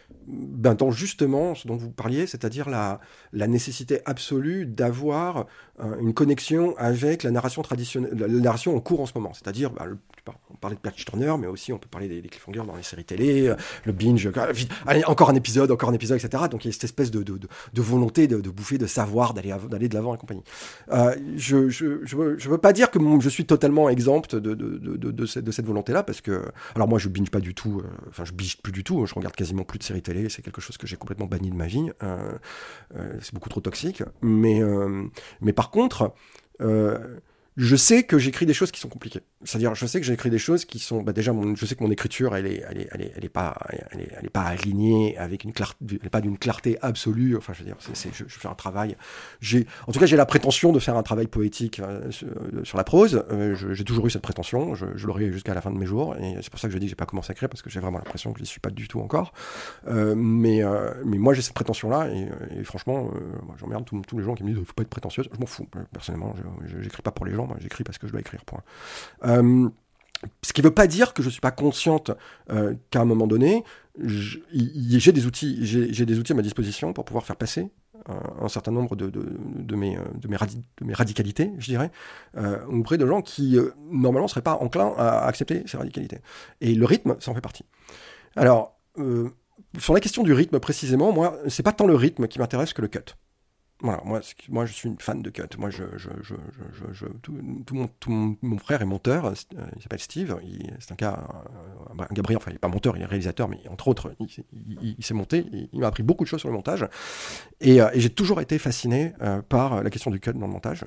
Ben, dans justement ce dont vous parliez, c'est-à-dire la, la nécessité absolue d'avoir euh, une connexion avec la narration traditionnelle, la, la narration en cours en ce moment. C'est-à-dire, ben, le, on parlait de Page Turner, mais aussi on peut parler des, des cliffhangers dans les séries télé, euh, le binge, euh, allez, encore un épisode, encore un épisode, et cetera. Donc il y a cette espèce de, de, de, de volonté de, de bouffer, de savoir, d'aller, d'aller de l'avant et compagnie. Euh, je je, je, veux, je veux pas dire que mon, je suis totalement exempt de, de, de, de, de, cette, de cette volonté-là, parce que, alors moi je binge pas du tout, enfin euh, je binge plus du tout, je regarde quasiment plus de séries télé, c'est quelque chose que j'ai complètement banni de ma vie, euh, euh, c'est beaucoup trop toxique, mais, euh, mais par contre, euh, je sais que j'écris des choses qui sont compliquées. C'est-à-dire, je sais que j'écris des choses qui sont... Bah déjà, mon, je sais que mon écriture, elle est, elle est, elle est, elle est pas, elle est, elle est pas alignée avec une clarté, elle est pas d'une clarté absolue. Enfin, je veux dire, c'est, c'est, je, je fais un travail. J'ai, en tout cas, j'ai la prétention de faire un travail poétique euh, sur, sur la prose. Euh, je, j'ai toujours eu cette prétention. Je, je l'aurai jusqu'à la fin de mes jours. Et c'est pour ça que je dis que j'ai pas commencé à écrire, parce que j'ai vraiment l'impression que je n'y suis pas du tout encore. Euh, mais, euh, mais moi, j'ai cette prétention-là. Et, et franchement, euh, moi, j'emmerde tous, tous les gens qui me disent, faut pas être prétentieuse. Je m'en fous. Personnellement, je, je, j'écris pas pour les gens. Moi, j'écris parce que je dois écrire, point. Euh, ce qui ne veut pas dire que je ne suis pas consciente euh, qu'à un moment donné, je, y, j'ai, des outils, j'ai, j'ai des outils à ma disposition pour pouvoir faire passer euh, un certain nombre de, de, de, mes, de, mes, radi, de mes radicalités, je dirais, euh, auprès de gens qui, euh, normalement, ne seraient pas enclins à accepter ces radicalités. Et le rythme, ça en fait partie. Alors, euh, sur la question du rythme, précisément, moi, ce n'est pas tant le rythme qui m'intéresse que le cut. Voilà, moi, moi je suis une fan de cut. Moi, je, je, je, je, je, tout, tout, mon, tout mon, mon frère est monteur. Il s'appelle Steve. Il, c'est un gars, un Gabriel. Enfin, il n'est pas monteur, il est réalisateur, mais entre autres, il, il, il s'est monté. Il, il m'a appris beaucoup de choses sur le montage. Et, et j'ai toujours été fasciné euh, par la question du cut dans le montage,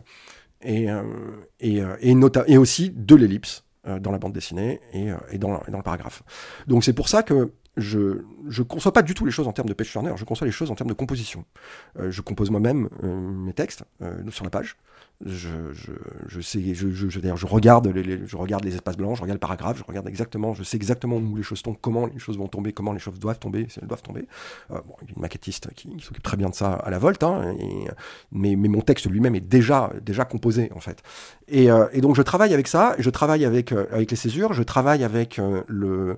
et euh, et et, nota- et aussi de l'ellipse euh, dans la bande dessinée et, et, dans, et dans le paragraphe. Donc, c'est pour ça que je je conçois pas du tout les choses en termes de page turner, je conçois les choses en termes de composition. Euh, je compose moi-même euh, mes textes euh, sur la page. Je je je sais je je, je, je regarde les, les je regarde les espaces blancs, je regarde le paragraphe, je regarde exactement, je sais exactement où les choses tombent, comment les choses vont tomber, comment les choses doivent tomber, si elles doivent tomber. Euh, bon, il y a une maquettiste qui, qui s'occupe très bien de ça à la Volte, hein, et, mais mais mon texte lui-même est déjà déjà composé en fait. Et euh, et donc je travaille avec ça, je travaille avec euh, avec les césures, je travaille avec euh, le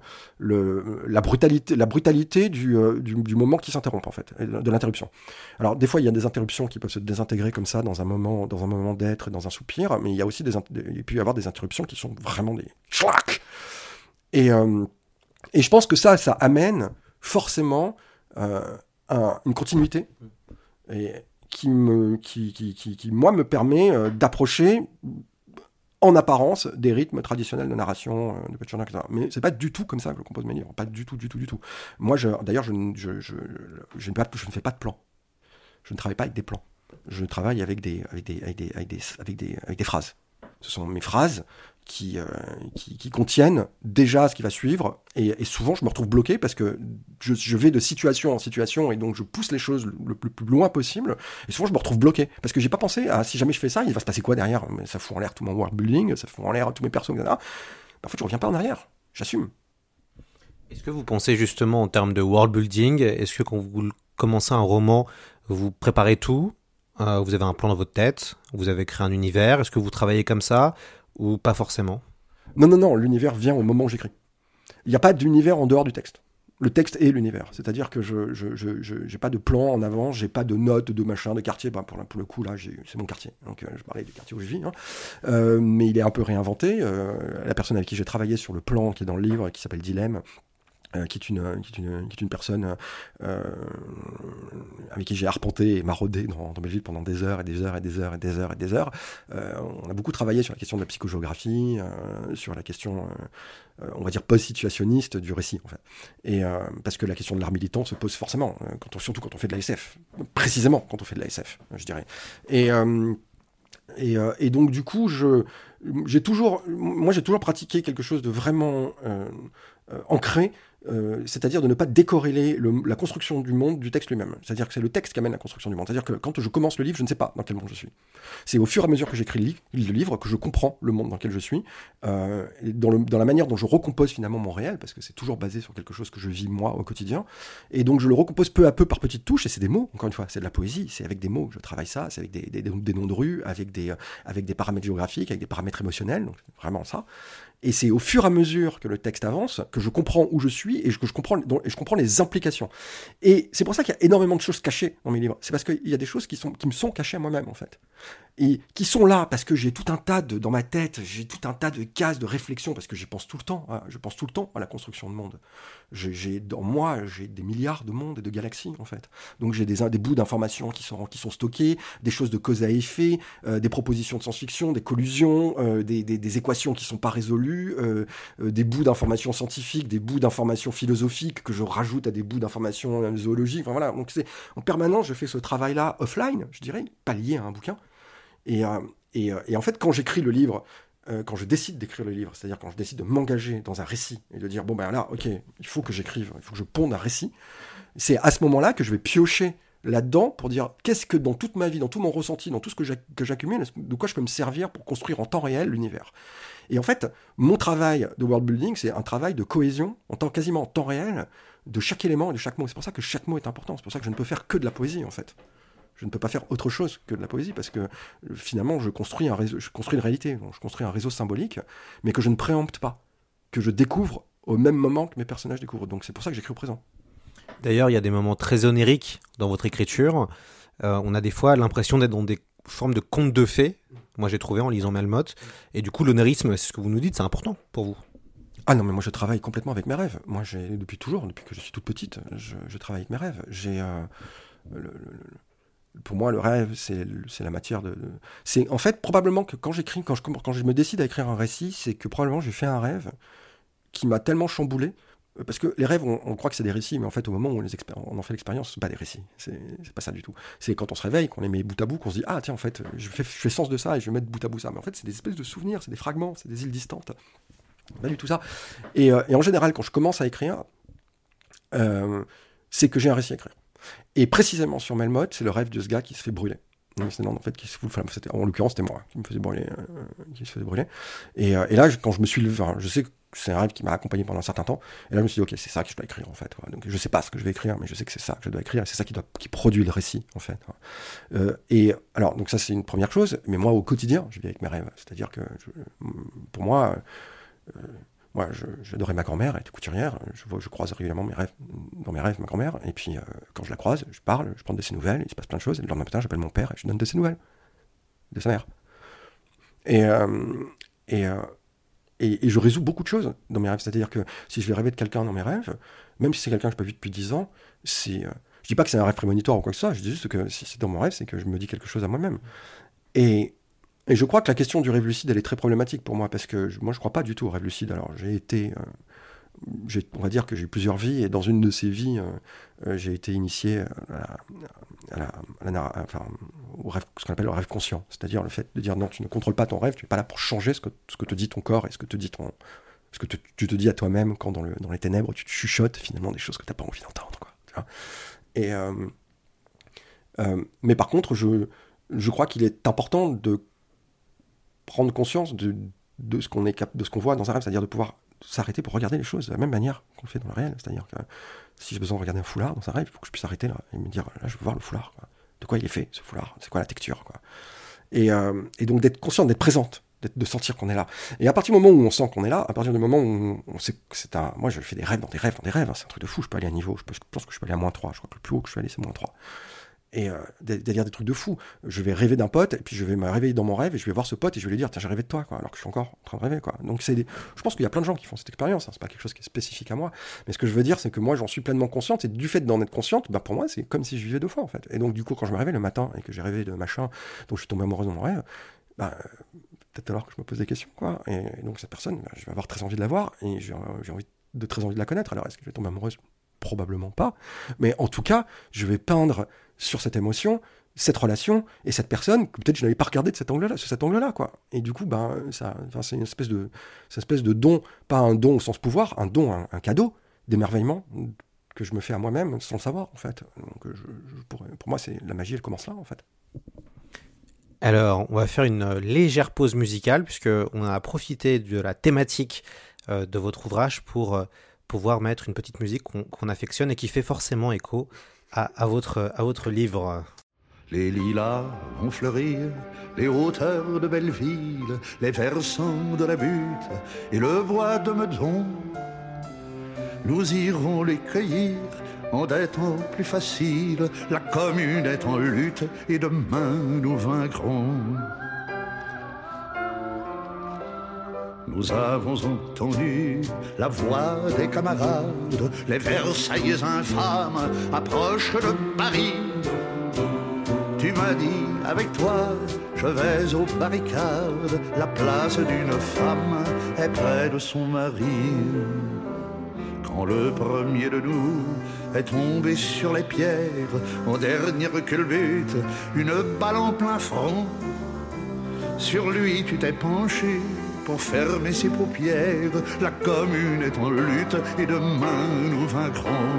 le la brutalité la brutalité du, euh, du du moment qui s'interrompt en fait, de, de l'interruption. Alors des fois il y a des interruptions qui peuvent se désintégrer comme ça dans un moment dans un moment d'être, dans un soupir, mais il y a aussi des, il peut y avoir des interruptions qui sont vraiment des schlac. Et, euh, Et je pense que ça, ça amène forcément euh, un, une continuité et qui, me, qui, qui, qui, qui, moi, me permet euh, d'approcher en apparence des rythmes traditionnels de narration, euh, de Pachurna, et cetera. Mais c'est pas du tout comme ça que je compose mes livres, pas du tout, du tout, du tout. Moi, je, d'ailleurs, je, je, je, je, ne, je ne fais pas de plans. Je ne travaille pas avec des plans. Je travaille avec des, avec des, avec des, avec des, avec des, avec des phrases. Ce sont mes phrases qui, euh, qui, qui contiennent déjà ce qui va suivre. Et, et souvent, je me retrouve bloqué parce que je, je vais de situation en situation et donc je pousse les choses le, le plus loin possible. Et souvent, je me retrouve bloqué parce que j'ai pas pensé à si jamais je fais ça, il va se passer quoi derrière. Mais ça fout en l'air tout mon world building, ça fout en l'air tous mes persos, et cetera. En fait, je reviens pas en arrière. J'assume. Est-ce que vous pensez justement en termes de world building? Est-ce que quand vous commencez un roman, vous préparez tout? Euh, vous avez un plan dans votre tête, vous avez créé un univers, est-ce que vous travaillez comme ça ou pas forcément? Non, non, non, l'univers vient au moment où j'écris. Il n'y a pas d'univers en dehors du texte. Le texte est l'univers, c'est-à-dire que je je, je, je j'ai pas de plan en avant, j'ai pas de notes, de machin, de quartier. Bah, pour, pour le coup, là, j'ai, c'est mon quartier, donc euh, je parlais du quartier où je vis, hein. euh, mais il est un peu réinventé. Euh, la personne avec qui j'ai travaillé sur le plan qui est dans le livre, qui s'appelle Dilemme, Euh, qui, est une, qui, est une, qui est une personne euh, avec qui j'ai arpenté et maraudé dans, dans Belgique pendant des heures et des heures et des heures et des heures et des heures. Euh, on a beaucoup travaillé sur la question de la psychogéographie, euh, sur la question, euh, on va dire, post-situationniste du récit, en fait. Et, euh, parce que la question de l'art militant se pose forcément, euh, quand on, surtout quand on fait de la S F. Précisément quand on fait de la S F, je dirais. Et... Euh, Et, euh, et donc du coup, je, j'ai toujours, moi j'ai toujours pratiqué quelque chose de vraiment euh, euh, ancré, euh, c'est-à-dire de ne pas décorréler le, la construction du monde du texte lui-même. C'est-à-dire que c'est le texte qui amène la construction du monde. C'est-à-dire que quand je commence le livre, je ne sais pas dans quel monde je suis. C'est au fur et à mesure que j'écris le livre, le livre que je comprends le monde dans lequel je suis, euh, et dans, le, dans la manière dont je recompose finalement mon réel, parce que c'est toujours basé sur quelque chose que je vis moi au quotidien. Et donc je le recompose peu à peu par petites touches, et c'est des mots, encore une fois, c'est de la poésie, c'est avec des mots que je travaille ça, c'est avec des, des, des noms de rue, avec des, avec des paramètres géographiques, avec des paramètres émotionnels, donc c'est vraiment ça. Et c'est au fur et à mesure que le texte avance que je comprends où je suis et que je comprends, et je comprends les implications. Et c'est pour ça qu'il y a énormément de choses cachées dans mes livres. C'est parce qu'il y a des choses qui, sont, qui me sont cachées à moi-même, en fait. Et qui sont là parce que j'ai tout un tas de, dans ma tête, j'ai tout un tas de cases de réflexion, parce que j'y pense tout le temps, hein, je pense tout le temps à la construction de monde. J'ai, j'ai, dans moi, j'ai des milliards de mondes et de galaxies, en fait. Donc j'ai des, des bouts d'informations qui sont, qui sont stockés, des choses de cause à effet, euh, des propositions de science-fiction, des collusions, euh, des, des, des équations qui sont pas résolues, euh, euh, des bouts d'informations scientifiques, des bouts d'informations philosophiques que je rajoute à des bouts d'informations euh, zoologiques. Enfin voilà, donc c'est en permanence, je fais ce travail-là offline, je dirais, pas lié à un bouquin. Et, euh, et, euh, et en fait, quand j'écris le livre, euh, quand je décide d'écrire le livre, c'est-à-dire quand je décide de m'engager dans un récit et de dire, bon ben là, ok, il faut que j'écrive, il faut que je ponde un récit, c'est à ce moment-là que je vais piocher là-dedans pour dire, qu'est-ce que dans toute ma vie, dans tout mon ressenti, dans tout ce que, j'ac- que j'accumule, de quoi je peux me servir pour construire en temps réel l'univers. Et en fait, mon travail de world building, c'est un travail de cohésion, en temps, quasiment en temps réel, de chaque élément et de chaque mot. C'est pour ça que chaque mot est important, c'est pour ça que je ne peux faire que de la poésie, en fait. Je ne peux pas faire autre chose que de la poésie parce que finalement je construis un réseau, je construis une réalité, je construis un réseau symbolique, mais que je ne préempte pas, que je découvre au même moment que mes personnages découvrent. Donc c'est pour ça que j'écris au présent. D'ailleurs, il y a des moments très oniriques dans votre écriture. Euh, on a des fois l'impression d'être dans des formes de contes de fées. Moi, j'ai trouvé en lisant Melmoth. Et du coup, l'onirisme, c'est ce que vous nous dites, c'est important pour vous. Ah non, mais moi je travaille complètement avec mes rêves. Moi, j'ai depuis toujours, depuis que je suis toute petite, je, je travaille avec mes rêves. J'ai euh, le, le, le Pour moi, le rêve, c'est, c'est la matière de... C'est, en fait, probablement que quand j'écris, quand je, quand je me décide à écrire un récit, c'est que probablement j'ai fait un rêve qui m'a tellement chamboulé, parce que les rêves, on, on croit que c'est des récits, mais en fait, au moment où on, les expér- on en fait l'expérience, c'est pas des récits. C'est, c'est pas ça du tout. C'est quand on se réveille, qu'on les met bout à bout, qu'on se dit « Ah, tiens, en fait, je fais, je fais sens de ça et je vais mettre bout à bout ça. » Mais en fait, c'est des espèces de souvenirs, c'est des fragments, c'est des îles distantes. Pas du tout ça. Et, euh, et en général, quand je commence à écrire, euh, c'est que j'ai un récit à écrire. Et précisément sur Melmoth, c'est le rêve de ce gars qui se fait brûler. C'est, non, en fait, qui se fout, enfin, c'était, en l'occurrence, c'était moi qui me faisait brûler, euh, qui se faisait brûler. Et, euh, et là, quand je me suis levé, enfin, je sais que c'est un rêve qui m'a accompagné pendant un certain temps. Et là, je me suis dit, ok, c'est ça que je dois écrire, en fait. Ouais. Donc, je sais pas ce que je vais écrire, mais je sais que c'est ça que je dois écrire. Et c'est ça qui doit, qui produit le récit, en fait. Euh, et alors, donc ça, c'est une première chose. Mais moi, au quotidien, je vis avec mes rêves. C'est-à-dire que, je, pour moi, euh, Moi, je, j'adorais ma grand-mère, elle était couturière, je, vois, je croise régulièrement mes rêves, dans mes rêves ma grand-mère, et puis euh, quand je la croise, je parle, je prends de ses nouvelles, il se passe plein de choses, et le lendemain matin, j'appelle mon père et je lui donne de ses nouvelles, de sa mère. Et, euh, et, euh, et, et je résous beaucoup de choses dans mes rêves. C'est-à-dire que si je vais rêver de quelqu'un dans mes rêves, même si c'est quelqu'un que je n'ai pas vu depuis dix ans, c'est, euh, je dis pas que c'est un rêve prémonitoire ou quoi que ce soit, je dis juste que si c'est dans mon rêve, c'est que je me dis quelque chose à moi-même. Et, et je crois que la question du rêve lucide, elle est très problématique pour moi, parce que je, moi, je ne crois pas du tout au rêve lucide. Alors, j'ai été... Euh, J'ai, on va dire que j'ai eu plusieurs vies, et dans une de ces vies, euh, euh, j'ai été initié à la, à la, à la, à, enfin, au rêve, ce qu'on appelle le rêve conscient, c'est-à-dire le fait de dire non, tu ne contrôles pas ton rêve, tu n'es pas là pour changer ce que, ce que te dit ton corps et ce que te dit ton, ce que te, tu te dis à toi-même quand dans, le, dans les ténèbres tu te chuchotes finalement des choses que tu n'as pas envie d'entendre, quoi, tu vois. Et, euh, euh, mais par contre, je, je crois qu'il est important de prendre conscience de, de, ce qu'on est cap- de ce qu'on voit dans un rêve, c'est-à-dire de pouvoir s'arrêter pour regarder les choses de la même manière qu'on le fait dans le réel. C'est-à-dire que si j'ai besoin de regarder un foulard dans un rêve, il faut que je puisse arrêter là et me dire, là je veux voir le foulard, quoi. De quoi il est fait ce foulard, c'est quoi la texture, quoi. Et, euh, et donc d'être consciente, d'être présente, d'être, de sentir qu'on est là. Et à partir du moment où on sent qu'on est là, à partir du moment où on, on sait que c'est un... Moi je fais des rêves dans des rêves dans des rêves, hein, c'est un truc de fou, je peux aller à un niveau, je, peux, je pense que je peux aller à moins trois, je crois que le plus haut que je peux aller c'est moins trois. Et euh, c'est-à-dire des trucs de fou. Je vais rêver d'un pote, et puis je vais me réveiller dans mon rêve, et je vais voir ce pote, et je vais lui dire, tiens, j'ai rêvé de toi, quoi, alors que je suis encore en train de rêver, quoi. Donc c'est des... je pense qu'il y a plein de gens qui font cette expérience, hein, c'est pas quelque chose qui est spécifique à moi, mais ce que je veux dire, c'est que moi, j'en suis pleinement consciente, et du fait d'en être consciente, bah, pour moi, c'est comme si je vivais deux fois, en fait. Et donc, du coup, quand je me réveille le matin, et que j'ai rêvé de machin, dont je suis tombé amoureuse dans mon rêve, bah, peut-être alors que je me pose des questions, quoi. Et, et donc, cette personne, bah, je vais avoir très envie de la voir, et j'ai, j'ai envie de très envie de la connaître. Alors, est-ce que je vais tomber amoureuse ? Probablement pas. Mais en tout cas, je vais peindre sur cette émotion cette relation et cette personne que peut-être je n'avais pas regardé de cet angle-là, sur cet angle-là, quoi. Et du coup, ben, ça, enfin, c'est une espèce de, c'est une espèce de don, pas un don au sens pouvoir, un don, un, un cadeau d'émerveillement que je me fais à moi-même sans le savoir, en fait. Donc, je, je pourrais, pour moi, c'est la magie, elle commence là, en fait. Alors, on va faire une légère pause musicale puisqu'on a profité de la thématique euh, de votre ouvrage pour euh, pouvoir mettre une petite musique qu'on, qu'on affectionne et qui fait forcément écho à, à, votre, à votre livre. Les lilas vont fleurir, les hauteurs de Belleville, les versants de la Butte et le bois de Meudon. Nous irons les cueillir en des temps plus faciles. La commune est en lutte et demain nous vaincrons. Nous avons entendu la voix des camarades, les Versaillais infâmes approchent de Paris. Tu m'as dit, avec toi, je vais aux barricades. La place d'une femme est près de son mari. Quand le premier de nous est tombé sur les pierres, en dernier culbute, une balle en plein front. Sur lui tu t'es penché pour fermer ses paupières. La commune est en lutte et demain nous vaincrons.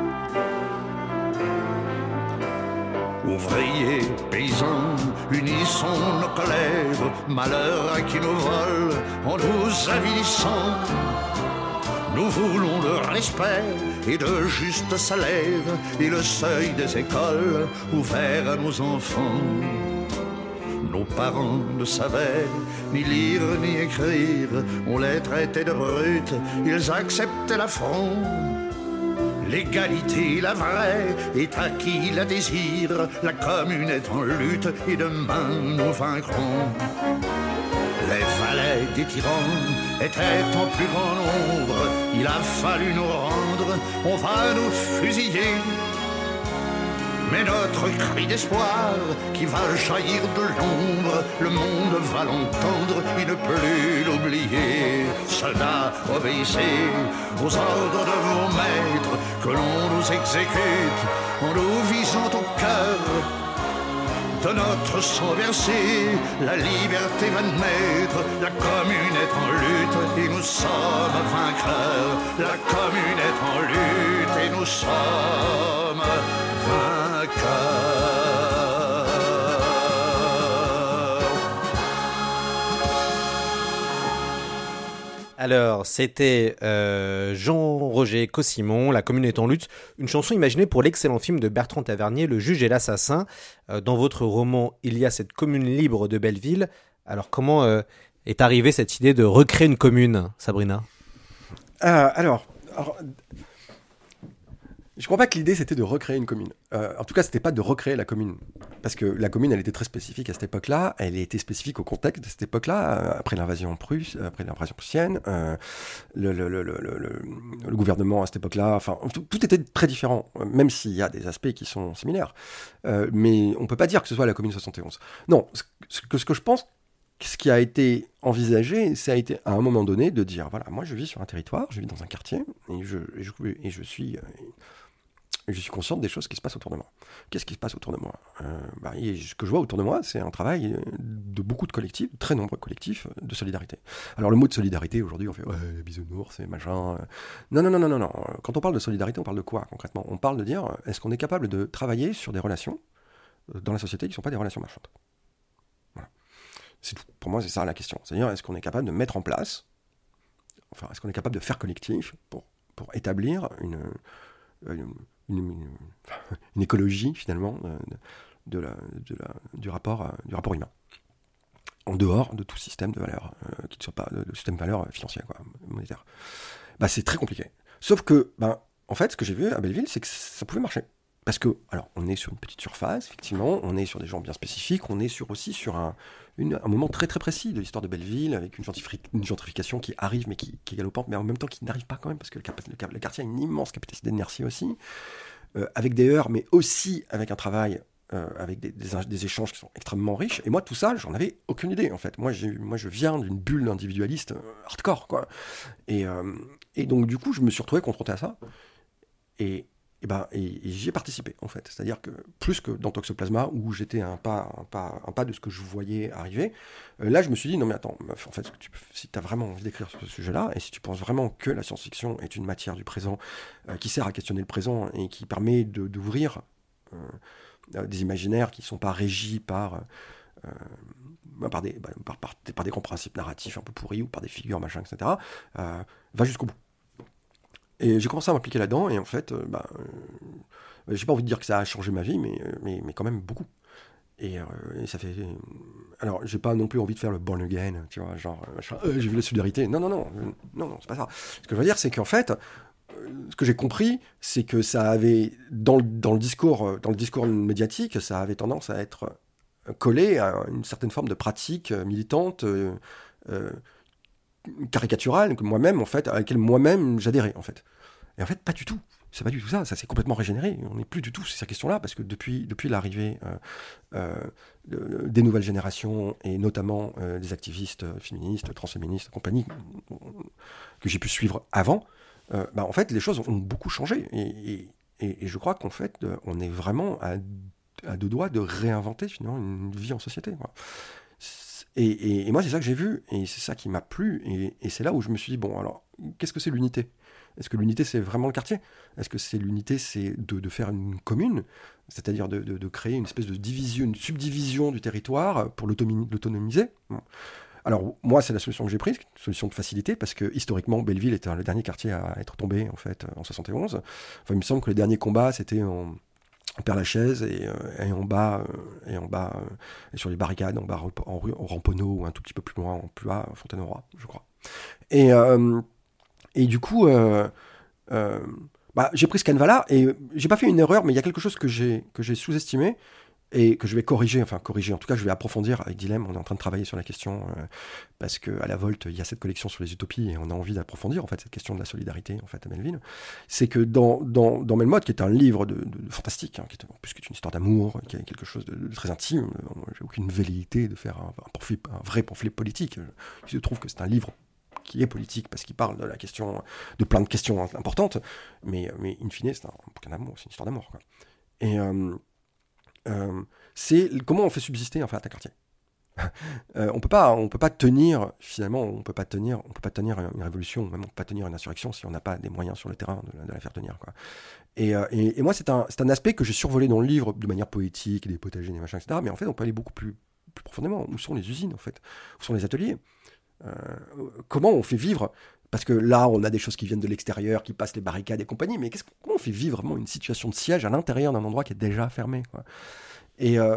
Ouvriers, paysans, unissons nos colères. Malheur à qui nous vole en nous avilissant. Nous voulons le respect et de justes salaires et le seuil des écoles ouvert à nos enfants. Nos parents ne savaient ni lire ni écrire, on les traitait de brutes, ils acceptaient l'affront. L'égalité, la vraie, est à qui la désire. La commune est en lutte et demain nous vaincrons. Les valets des tyrans étaient en plus grand nombre. Il a fallu nous rendre, on va nous fusiller. Mais notre cri d'espoir qui va jaillir de l'ombre, le monde va l'entendre et ne plus l'oublier. Soldats, obéissez aux ordres de vos maîtres, que l'on nous exécute en nous visant au cœur. De notre sang versé, la liberté va naître. La commune est en lutte et nous sommes vainqueurs. La commune est en lutte et nous sommes vainqueurs. Alors, c'était euh, Jean-Roger Cossimon, La commune est en lutte, une chanson imaginée pour l'excellent film de Bertrand Tavernier, Le juge et l'assassin. Euh, dans votre roman, il y a cette commune libre de Belleville. Alors, comment euh, est arrivée cette idée de recréer une commune, Sabrina ? euh, alors, alors, je ne crois pas que l'idée c'était de recréer une commune. Euh, en tout cas, c'était pas de recréer la commune. parce que la commune, elle était très spécifique à cette époque-là, elle était spécifique au contexte de cette époque-là, euh, après l'invasion prusse, après l'invasion prussienne, euh, le, le, le, le, le, le gouvernement à cette époque-là, enfin, tout, tout était très différent, même s'il y a des aspects qui sont similaires. Euh, mais on ne peut pas dire que ce soit la commune soixante et onze. Non, ce que, ce que je pense, ce qui a été envisagé, ça a été à un moment donné de dire, voilà, moi je vis sur un territoire, je vis dans un quartier, et je, et je, et je suis... je suis consciente des choses qui se passent autour de moi. Qu'est-ce qui se passe autour de moi euh, bah, et ce que je vois autour de moi, c'est un travail de beaucoup de collectifs, de très nombreux collectifs de solidarité. Alors le mot de solidarité, aujourd'hui, on fait ouais, bisounours, c'est machin. Non, non, non, non, non, non. Quand on parle de solidarité, on parle de quoi concrètement ? On parle de dire, est-ce qu'on est capable de travailler sur des relations dans la société qui ne sont pas des relations marchandes ? Voilà. C'est tout. Pour moi, c'est ça la question. C'est-à-dire, est-ce qu'on est capable de mettre en place, enfin, est-ce qu'on est capable de faire collectif pour, pour établir une... une Une, une, une écologie finalement de, de la, de la, du, rapport, du rapport humain en dehors de tout système de valeurs euh, qui ne soit pas de, de système de valeurs financier, quoi, monétaire. Bah, c'est très compliqué. Sauf que, bah, en fait, ce que j'ai vu à Belleville, c'est que ça pouvait marcher. Parce que, alors, on est sur une petite surface, effectivement, on est sur des gens bien spécifiques, on est sur, aussi sur un, une, un moment très très précis de l'histoire de Belleville, avec une, gentrifi- une gentrification qui arrive, mais qui, qui est galopante, mais en même temps qui n'arrive pas quand même, parce que le, le, le quartier a une immense capacité d'inertie aussi, euh, avec des heurts, mais aussi avec un travail, euh, avec des, des, des échanges qui sont extrêmement riches. Et moi, tout ça, j'en avais aucune idée, en fait. Moi, j'ai, moi je viens d'une bulle individualiste euh, hardcore, quoi. Et, euh, et donc, du coup, je me suis retrouvé confronté à ça. Et... Et, ben, et, et j'y ai participé, en fait. C'est-à-dire que, plus que dans Toxoplasma, où j'étais un pas, un pas, un pas de ce que je voyais arriver, euh, là, je me suis dit, non mais attends, meuf, en fait, tu, si tu as vraiment envie d'écrire sur ce sujet-là, et si tu penses vraiment que la science-fiction est une matière du présent, euh, qui sert à questionner le présent, et qui permet de, d'ouvrir euh, des imaginaires qui ne sont pas régis par... Euh, bah, par, des, bah, par, par, par des grands principes narratifs un peu pourris, ou par des figures, machin, et cetera, euh, va jusqu'au bout. Et j'ai commencé à m'impliquer là-dedans, et en fait, euh, bah, euh, j'ai pas envie de dire que ça a changé ma vie, mais, mais, mais quand même beaucoup. Et, euh, et ça fait... Alors, j'ai pas non plus envie de faire le born again, tu vois, genre, machin, euh, j'ai vu la solidarité. Non, non, non, non, non, c'est pas ça. Ce que je veux dire, c'est qu'en fait, euh, ce que j'ai compris, c'est que ça avait, dans le, dans le discours, dans le discours médiatique, ça avait tendance à être collé à une certaine forme de pratique militante, euh, euh, caricaturale, que moi-même, en fait, à laquelle moi-même j'adhérais, en fait. Et en fait, pas du tout. C'est pas du tout ça. Ça s'est complètement régénéré. On n'est plus du tout sur ces questions-là, parce que depuis, depuis l'arrivée euh, euh, de, des nouvelles générations, et notamment euh, des activistes féministes, transféministes, compagnie, que j'ai pu suivre avant, euh, bah, en fait, les choses ont beaucoup changé. Et, et, et je crois qu'en fait, on est vraiment à, à deux doigts de réinventer, finalement, une vie en société, quoi. Et, et, et moi, c'est ça que j'ai vu, et c'est ça qui m'a plu, et, et c'est là où je me suis dit, bon, alors, qu'est-ce que c'est l'unité ? Est-ce que l'unité, c'est vraiment le quartier ? Est-ce que c'est l'unité, c'est de, de faire une commune, c'est-à-dire de, de, de créer une espèce de division, une subdivision du territoire pour l'autonomiser ? Bon. Alors, moi, c'est la solution que j'ai prise, une solution de facilité, parce que, historiquement, Belleville était le dernier quartier à être tombé, en fait, en soixante et onze. Enfin, il me semble que les derniers combats, c'était en... Père-Lachaise et, euh, et en bas, euh, et en bas euh, et sur les barricades, en bas en rue, en Ramponneau, ou un tout petit peu plus loin, en plus bas, Fontaine-au-Roi, je crois. Et, euh, et du coup, euh, euh, bah, j'ai pris ce canevas-là, et j'ai pas fait une erreur, mais il y a quelque chose que j'ai, que j'ai sous-estimé, et que je vais corriger, enfin corriger, en tout cas je vais approfondir avec Dilemme. On est en train de travailler sur la question, euh, parce qu'à la Volte, il y a cette collection sur les utopies, et on a envie d'approfondir en fait cette question de la solidarité en fait à Melville. C'est que dans, dans, dans Melmoth, qui est un livre de, de, de fantastique, hein, qui est en plus qui est une histoire d'amour, qui est quelque chose de, de très intime, j'ai aucune velléité de faire un, un, pamphlet, un vrai pamphlet politique. Je trouve que c'est un livre qui est politique, parce qu'il parle de la question, de plein de questions importantes, mais, mais in fine, c'est un bouquin d'amour, c'est une histoire d'amour, quoi. Et... Euh, Euh, c'est comment on fait subsister en fait un quartier. euh, on peut pas, on peut pas tenir finalement, on peut pas tenir, on peut pas tenir une révolution, même on peut pas tenir une insurrection si on n'a pas des moyens sur le terrain de, de la faire tenir, quoi. Et, euh, et, et moi c'est un, c'est un aspect que j'ai survolé dans le livre de manière poétique, des potagers, des machins, et cetera. Mais en fait on peut aller beaucoup plus, plus profondément. Où sont les usines en fait ? Où sont les ateliers ? euh, Comment on fait vivre ? Parce que là, on a des choses qui viennent de l'extérieur, qui passent les barricades et compagnie, mais qu'est-ce, comment on fait vivre vraiment une situation de siège à l'intérieur d'un endroit qui est déjà fermé, quoi ? Et, euh,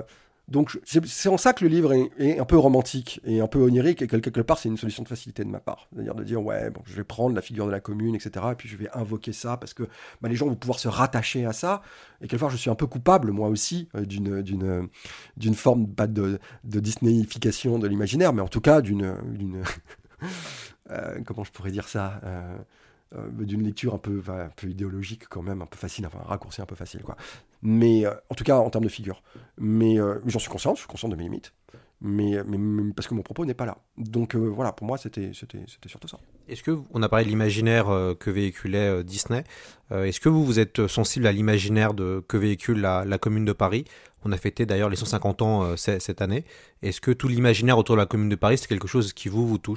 Donc je, c'est, c'est en ça que le livre est, est un peu romantique et un peu onirique, et quelque, quelque part c'est une solution de facilité de ma part. C'est-à-dire de dire ouais, bon, je vais prendre la figure de la commune, et cetera. Et puis je vais invoquer ça parce que bah, les gens vont pouvoir se rattacher à ça. Et quelque part je suis un peu coupable moi aussi euh, d'une, d'une, d'une forme pas de, de Disneyification de l'imaginaire, mais en tout cas d'une... d'une euh, comment je pourrais dire ça euh, Euh, d'une lecture un peu, un peu idéologique quand même, un peu facile, enfin un raccourci un peu facile quoi. Mais euh, en tout cas en termes de figure. Mais, euh, mais j'en suis conscient, je suis conscient de mes limites. Mais, mais, mais parce que mon propos n'est pas là. Donc euh, voilà, pour moi c'était, c'était, c'était surtout ça. Est-ce que, on a parlé de l'imaginaire euh, que véhiculait euh, Disney, euh, est-ce que vous, vous êtes sensible à l'imaginaire de, que véhicule la, la Commune de Paris ? On a fêté d'ailleurs les cent cinquante ans euh, c- cette année. Est-ce que tout l'imaginaire autour de la Commune de Paris, c'est quelque chose qui vous, vous touche ?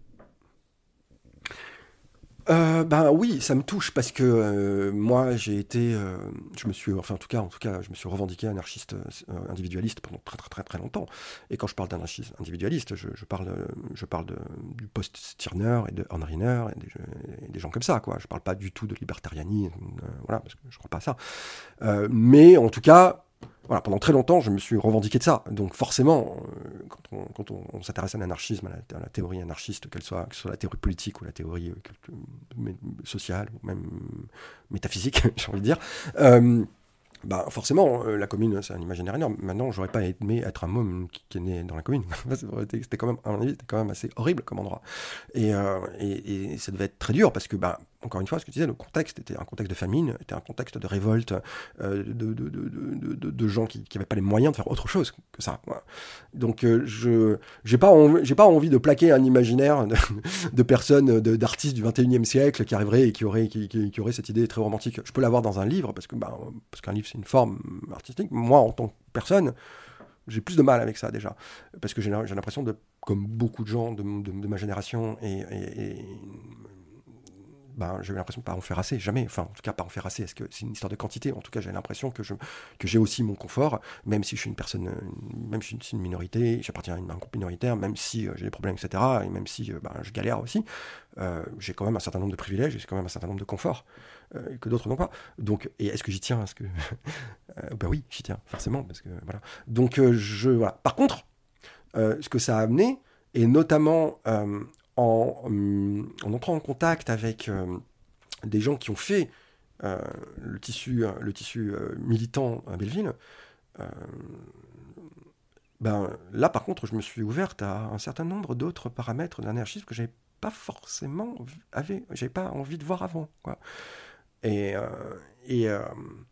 Euh, ben oui, ça me touche parce que euh, moi j'ai été, euh, je me suis, enfin en tout cas, en tout cas, je me suis revendiqué anarchiste euh, individualiste pendant très très très très longtemps. Et quand je parle d'anarchiste individualiste, je, je parle, je parle de, du post-Stirner et de Horner et des, et des gens comme ça, quoi. Je parle pas du tout de libertarianisme, euh, voilà, parce que je crois pas à ça. Euh, mais en tout cas. Voilà, pendant très longtemps, je me suis revendiqué de ça. Donc forcément, euh, quand, on, quand on, on s'intéresse à l'anarchisme, à la, à la théorie anarchiste, qu'elle soit, que ce soit la théorie politique ou la théorie euh, sociale, ou même métaphysique, j'ai envie de dire, euh, bah forcément, euh, la commune, c'est un imaginaire énorme. Maintenant, j'aurais pas aimé être un môme qui, qui est né dans la commune. C'était quand même, à mon avis, c'était quand même assez horrible comme endroit. Et, euh, et, et ça devait être très dur parce que, bah, encore une fois, ce que tu disais, le contexte était un contexte de famine, était un contexte de révolte, euh, de, de, de, de, de, de gens qui n'avaient pas les moyens de faire autre chose que ça. Voilà. Donc, euh, je j'ai pas, envie, j'ai pas envie de plaquer un imaginaire de, de personnes, de, d'artistes du vingt et unième siècle qui arriveraient et qui auraient, qui, qui, qui auraient cette idée très romantique. Je peux l'avoir dans un livre, parce, que, bah, parce qu'un livre, c'est une forme artistique. Moi, en tant que personne, j'ai plus de mal avec ça, déjà. Parce que j'ai, j'ai l'impression, de, comme beaucoup de gens de, de, de ma génération, et... et, et ben, j'ai l'impression de ne pas en faire assez, jamais, enfin en tout cas pas en faire assez, est-ce que c'est une histoire de quantité, en tout cas j'ai l'impression que, je, que j'ai aussi mon confort, même si je suis une personne, même si je suis une minorité, j'appartiens à un groupe minoritaire, même si euh, j'ai des problèmes, et cetera, et même si euh, ben, je galère aussi, euh, j'ai quand même un certain nombre de privilèges, j'ai quand même un certain nombre de conforts, euh, que d'autres n'ont pas. Donc, et est-ce que j'y tiens, est-ce que... euh, ben oui, j'y tiens, forcément, parce que voilà. Donc, euh, je, voilà. Par contre, euh, ce que ça a amené, et notamment... Euh, En, en entrant en contact avec euh, des gens qui ont fait euh, le tissu, le tissu euh, militant à Belleville, euh, ben, là par contre je me suis ouverte à un certain nombre d'autres paramètres de l'anarchisme que j'avais pas forcément avait, j'avais pas envie de voir avant, quoi. Et, euh, et, euh,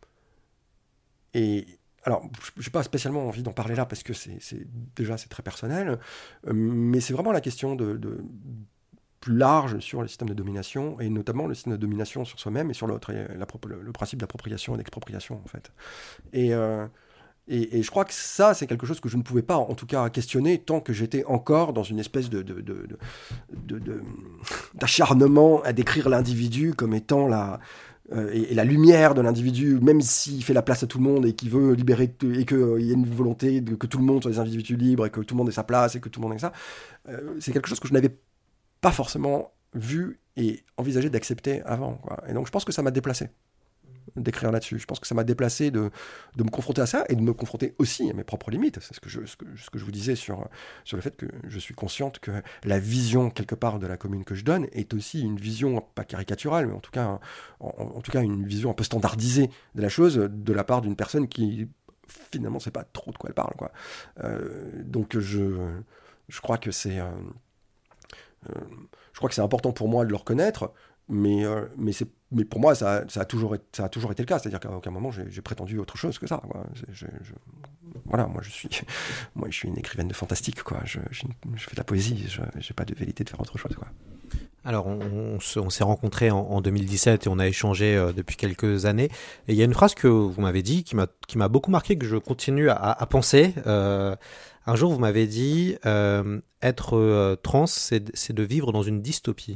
et alors, je n'ai pas spécialement envie d'en parler là parce que c'est, c'est, déjà c'est très personnel, mais c'est vraiment la question de, de plus large sur le système de domination, et notamment le système de domination sur soi-même et sur l'autre, et la, le, le principe d'appropriation et d'expropriation, en fait. Et, euh, et, et je crois que ça, c'est quelque chose que je ne pouvais pas, en tout cas, questionner tant que j'étais encore dans une espèce de, de, de, de, de, de, d'acharnement à décrire l'individu comme étant la... Et, et la lumière de l'individu, même s'il fait la place à tout le monde et qu'il veut libérer, t- et qu'il euh, y a une volonté de, que tout le monde soit des individus libres et que tout le monde ait sa place et que tout le monde ait ça, euh, c'est quelque chose que je n'avais pas forcément vu et envisagé d'accepter avant, quoi. Et donc je pense que ça m'a déplacé d'écrire là-dessus. Je pense que ça m'a déplacé de, de me confronter à ça et de me confronter aussi à mes propres limites. C'est ce que je, ce que, ce que je vous disais sur, sur le fait que je suis consciente que la vision, quelque part, de la commune que je donne est aussi une vision, pas caricaturale, mais en tout cas, en, en tout cas une vision un peu standardisée de la chose de la part d'une personne qui, finalement, ne sait pas trop de quoi elle parle, quoi. Euh, donc, je, je crois que c'est... Euh, euh, je crois que c'est important pour moi de le reconnaître, mais, euh, mais, c'est, mais pour moi, ça, ça, a toujours été, ça a toujours été le cas. C'est-à-dire qu'à aucun moment, j'ai, j'ai prétendu autre chose que ça, quoi. Je, je, voilà, moi je, suis, moi, je suis une écrivaine de fantastique, quoi. Je, je, je fais de la poésie, je n'ai pas de velléité de faire autre chose, quoi. Alors, on, on, se, on s'est rencontrés en, en deux mille dix-sept et on a échangé euh, depuis quelques années. Et il y a une phrase que vous m'avez dit qui m'a, qui m'a beaucoup marqué, que je continue à, à penser. Euh, un jour, vous m'avez dit euh, être euh, trans, c'est, c'est de vivre dans une dystopie.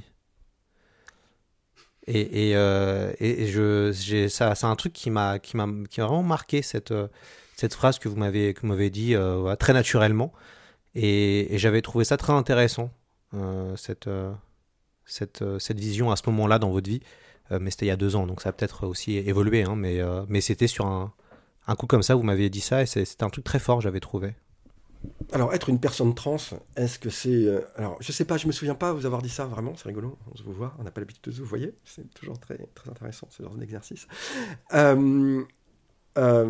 Et, et, euh, et je, j'ai, ça, c'est un truc qui m'a, qui m'a, qui m'a vraiment marqué, cette, cette phrase que vous m'avez, que vous m'avez dit euh, voilà, très naturellement. Et, et j'avais trouvé ça très intéressant, euh, cette, euh, cette, euh, cette vision à ce moment-là dans votre vie. Euh, mais c'était il y a deux ans, donc ça a peut-être aussi évolué. Hein, mais, euh, mais c'était sur un, un coup comme ça, vous m'aviez dit ça et c'est, c'était un truc très fort, j'avais trouvé. Alors, être une personne trans, est-ce que c'est... Euh, alors, je sais pas, je me souviens pas vous avoir dit ça, vraiment, c'est rigolo, on se vous voit, on n'a pas l'habitude de se vous voyez, c'est toujours très, très intéressant, ce genre d'exercice. Euh, euh,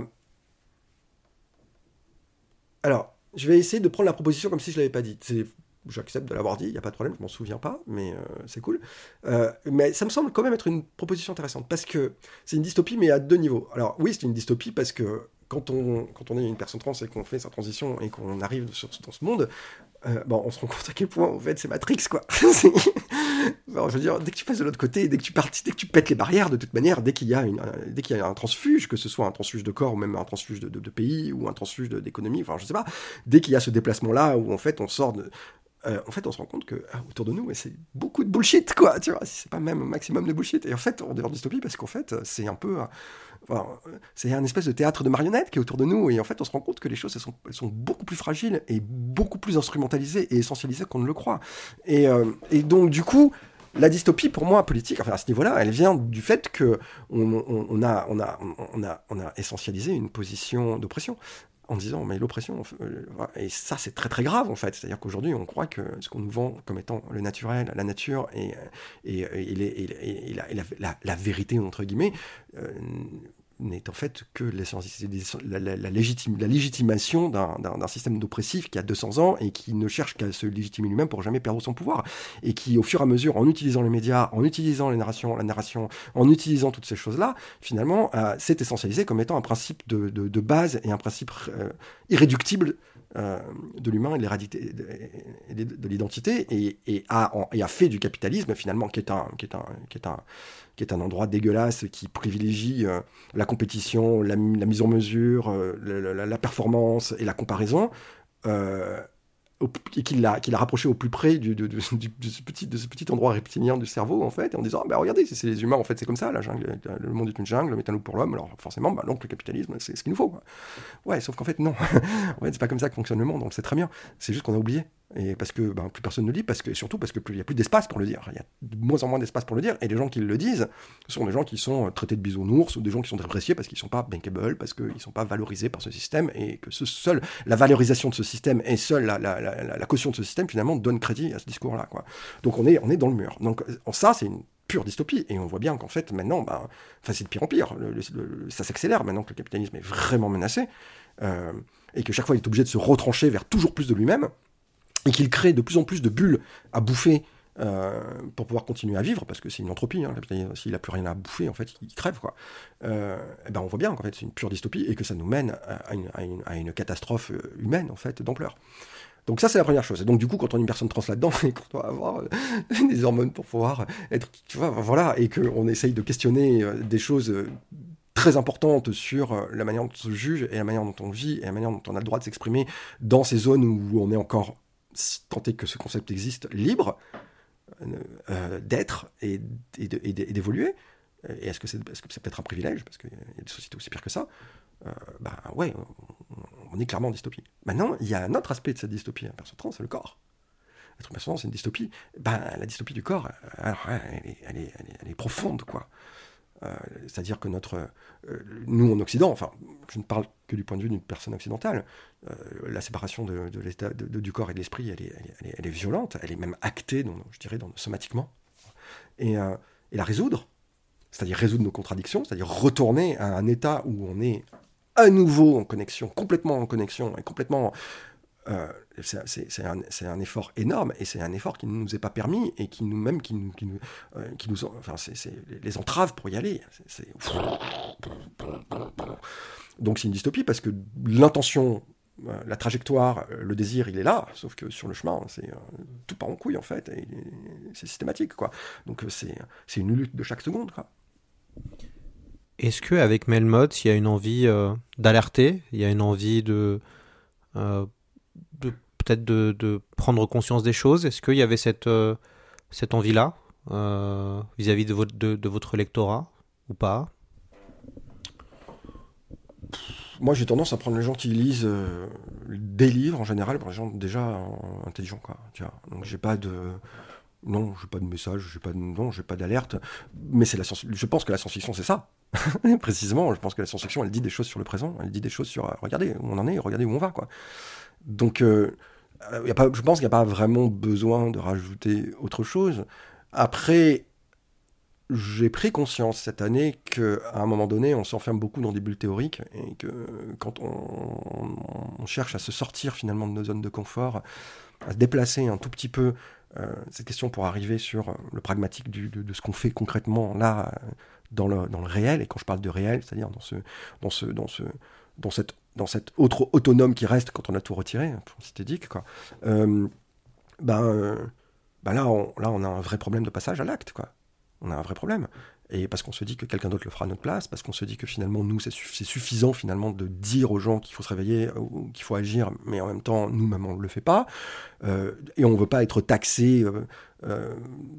alors, je vais essayer de prendre la proposition comme si je l'avais pas dite. C'est, j'accepte de l'avoir dit, il n'y a pas de problème, je m'en souviens pas, mais euh, c'est cool. Euh, mais ça me semble quand même être une proposition intéressante, parce que c'est une dystopie, mais à deux niveaux. Alors, oui, c'est une dystopie parce que Quand on, quand on est une personne trans et qu'on fait sa transition et qu'on arrive sur, dans ce monde, euh, bon, on se rend compte à quel point, en fait, c'est Matrix, quoi. c'est... bon, je veux dire, dès que tu passes de l'autre côté, dès que tu partis, dès que tu pètes les barrières, de toute manière, dès qu'il y a, une, dès qu'il y a un transfuge, que ce soit un transfuge de corps ou même un transfuge de, de, de pays ou un transfuge de, d'économie, enfin, je sais pas, dès qu'il y a ce déplacement-là où, en fait, on sort de... Euh, en fait, on se rend compte que ah, autour de nous, c'est beaucoup de bullshit, quoi, tu vois, si c'est pas même un maximum de bullshit. Et en fait, on est en dystopie parce qu'en fait, c'est un peu... Euh, enfin, c'est un espèce de théâtre de marionnettes qui est autour de nous. Et en fait, on se rend compte que les choses, elles sont, elles sont beaucoup plus fragiles et beaucoup plus instrumentalisées et essentialisées qu'on ne le croit. Et, euh, et donc, du coup... La dystopie, pour moi, politique, enfin à ce niveau-là, elle vient du fait que on, on, on, a, on, a, on, a, on a essentialisé une position d'oppression en disant mais l'oppression, euh, et ça c'est très très grave en fait, c'est-à-dire qu'aujourd'hui on croit que ce qu'on nous vend comme étant le naturel, la nature et, et, et, et, et, et, la, et la, la, la vérité entre guillemets euh, n'est en fait que la, la, la, légitime, la légitimation d'un, d'un, d'un système d'oppressif qui a deux cents ans et qui ne cherche qu'à se légitimer lui-même pour jamais perdre son pouvoir. Et qui, au fur et à mesure, en utilisant les médias, en utilisant les narrations, la narration, en utilisant toutes ces choses-là, finalement, euh, s'est essentialisé comme étant un principe de, de, de base et un principe euh, irréductible euh, de l'humain et de, de, de l'identité et, et, a, en, et a fait du capitalisme, finalement, qui est un... Qui est un, qui est un qui est un endroit dégueulasse, qui privilégie euh, la compétition, la, la mise en mesure, euh, la, la, la performance et la comparaison, euh, au, et qu'il l'a, qu'il a rapproché au plus près du, de, de, du, de, ce petit, de ce petit endroit reptilien du cerveau, en fait, en disant ah, bah, « regardez, c'est, c'est les humains, en fait, c'est comme ça, la jungle, le monde est une jungle, le métallo pour l'homme, alors forcément, bah, donc le capitalisme, c'est ce qu'il nous faut. » Ouais, sauf qu'en fait, non. En fait, c'est pas comme ça que fonctionne le monde, on le sait très bien. C'est juste qu'on a oublié. Et parce que ben, plus personne ne le dit, parce que, surtout parce qu'il n'y a plus d'espace pour le dire. Il y a de moins en moins d'espace pour le dire, et les gens qui le disent, ce sont des gens qui sont traités de bisounours, ou des gens qui sont dépréciés parce qu'ils ne sont pas bankable, parce qu'ils ne sont pas valorisés par ce système, et que ce seul, la valorisation de ce système et seule la, la, la, la, la caution de ce système, finalement, donne crédit à ce discours-là, quoi. Donc on est, on est dans le mur. Donc ça, c'est une pure dystopie, et on voit bien qu'en fait, maintenant, ben, c'est de pire en pire. Le, le, le, ça s'accélère maintenant que le capitalisme est vraiment menacé, euh, et que chaque fois, il est obligé de se retrancher vers toujours plus de lui-même, et qu'il crée de plus en plus de bulles à bouffer euh, pour pouvoir continuer à vivre, parce que c'est une entropie, hein, s'il n'a plus rien à bouffer, en fait, il crève, quoi. Euh, et ben on voit bien qu'en fait, c'est une pure dystopie, et que ça nous mène à une, à une, à une catastrophe humaine, en fait, d'ampleur. Donc ça, c'est la première chose. Et donc du coup, quand on est une personne trans là-dedans, et qu'on doit avoir euh, des hormones pour pouvoir être, tu vois, voilà, et qu'on essaye de questionner euh, des choses... Euh, très importante sur la manière dont on se juge, et la manière dont on vit, et la manière dont on a le droit de s'exprimer dans ces zones où on est encore, tant est que ce concept existe, libre euh, d'être et, et, de, et d'évoluer. Et est-ce que c'est, est-ce que c'est peut-être un privilège, parce qu'il y a des sociétés aussi pires que ça? euh, bah ouais, on, on est clairement en dystopie. Maintenant, il y a un autre aspect de cette dystopie, un personne trans, c'est le corps. Être une personne trans, c'est une dystopie. Ben, la dystopie du corps, alors, elle, est, elle, est, elle, est, elle est profonde, quoi. Euh, c'est-à-dire que notre, euh, nous en Occident, enfin, je ne parle que du point de vue d'une personne occidentale, euh, la séparation de, de l'état, de, de, du corps et de l'esprit, elle est, elle, est, elle est violente, elle est même actée, dans, je dirais, dans, somatiquement. Et, euh, et la résoudre, c'est-à-dire résoudre nos contradictions, c'est-à-dire retourner à un état où on est à nouveau en connexion, complètement en connexion et complètement... Euh, c'est, c'est, c'est, un, c'est un effort énorme, et c'est un effort qui ne nous est pas permis, et qui nous même qui nous, qui nous, euh, qui nous enfin c'est, c'est les entraves pour y aller. C'est, c'est... Donc c'est une dystopie parce que l'intention, euh, la trajectoire, euh, le désir, il est là, sauf que sur le chemin, c'est euh, tout part en couille en fait, et, et c'est systématique, quoi. Donc euh, c'est, c'est une lutte de chaque seconde, quoi. Est-ce que avec Melmoth, il y a une envie euh, d'alerter, il y a une envie de euh, de peut-être de, de prendre conscience des choses? Est-ce qu'il y avait cette, euh, cette envie-là euh, vis-à-vis de votre, de, de votre lectorat ou pas? Moi, j'ai tendance à prendre les gens qui lisent euh, des livres en général, par les gens déjà intelligents, quoi. Tu vois. Donc, j'ai pas de, Non, j'ai pas de message, j'ai pas de, non, j'ai pas d'alerte. Mais c'est la science, je pense que la science-fiction, c'est ça. Précisément, je pense que la science-fiction, elle dit des choses sur le présent, elle dit des choses sur, euh, regardez où on en est, regardez où on va, quoi. Donc, euh, y a pas, je pense qu'il n'y a pas vraiment besoin de rajouter autre chose. Après, j'ai pris conscience cette année qu'à un moment donné, on s'enferme beaucoup dans des bulles théoriques et que quand on, on, on cherche à se sortir finalement de nos zones de confort, à se déplacer un tout petit peu, euh, cette question pour arriver sur le pragmatique du, de, de ce qu'on fait concrètement là, dans le, dans le réel, et quand je parle de réel, c'est-à-dire dans, ce, dans, ce, dans, ce, dans, cette, dans cette autre autonome qui reste quand on a tout retiré, pour citer Dick, quoi. Euh, ben, euh, ben là, on, là, on a un vrai problème de passage à l'acte, quoi. On a un vrai problème. Et parce qu'on se dit que quelqu'un d'autre le fera à notre place, parce qu'on se dit que finalement, nous, c'est, su- c'est suffisant finalement de dire aux gens qu'il faut se réveiller, ou qu'il faut agir, mais en même temps, nous-mêmes, on ne le fait pas. Euh, et on ne veut pas être taxé euh, euh,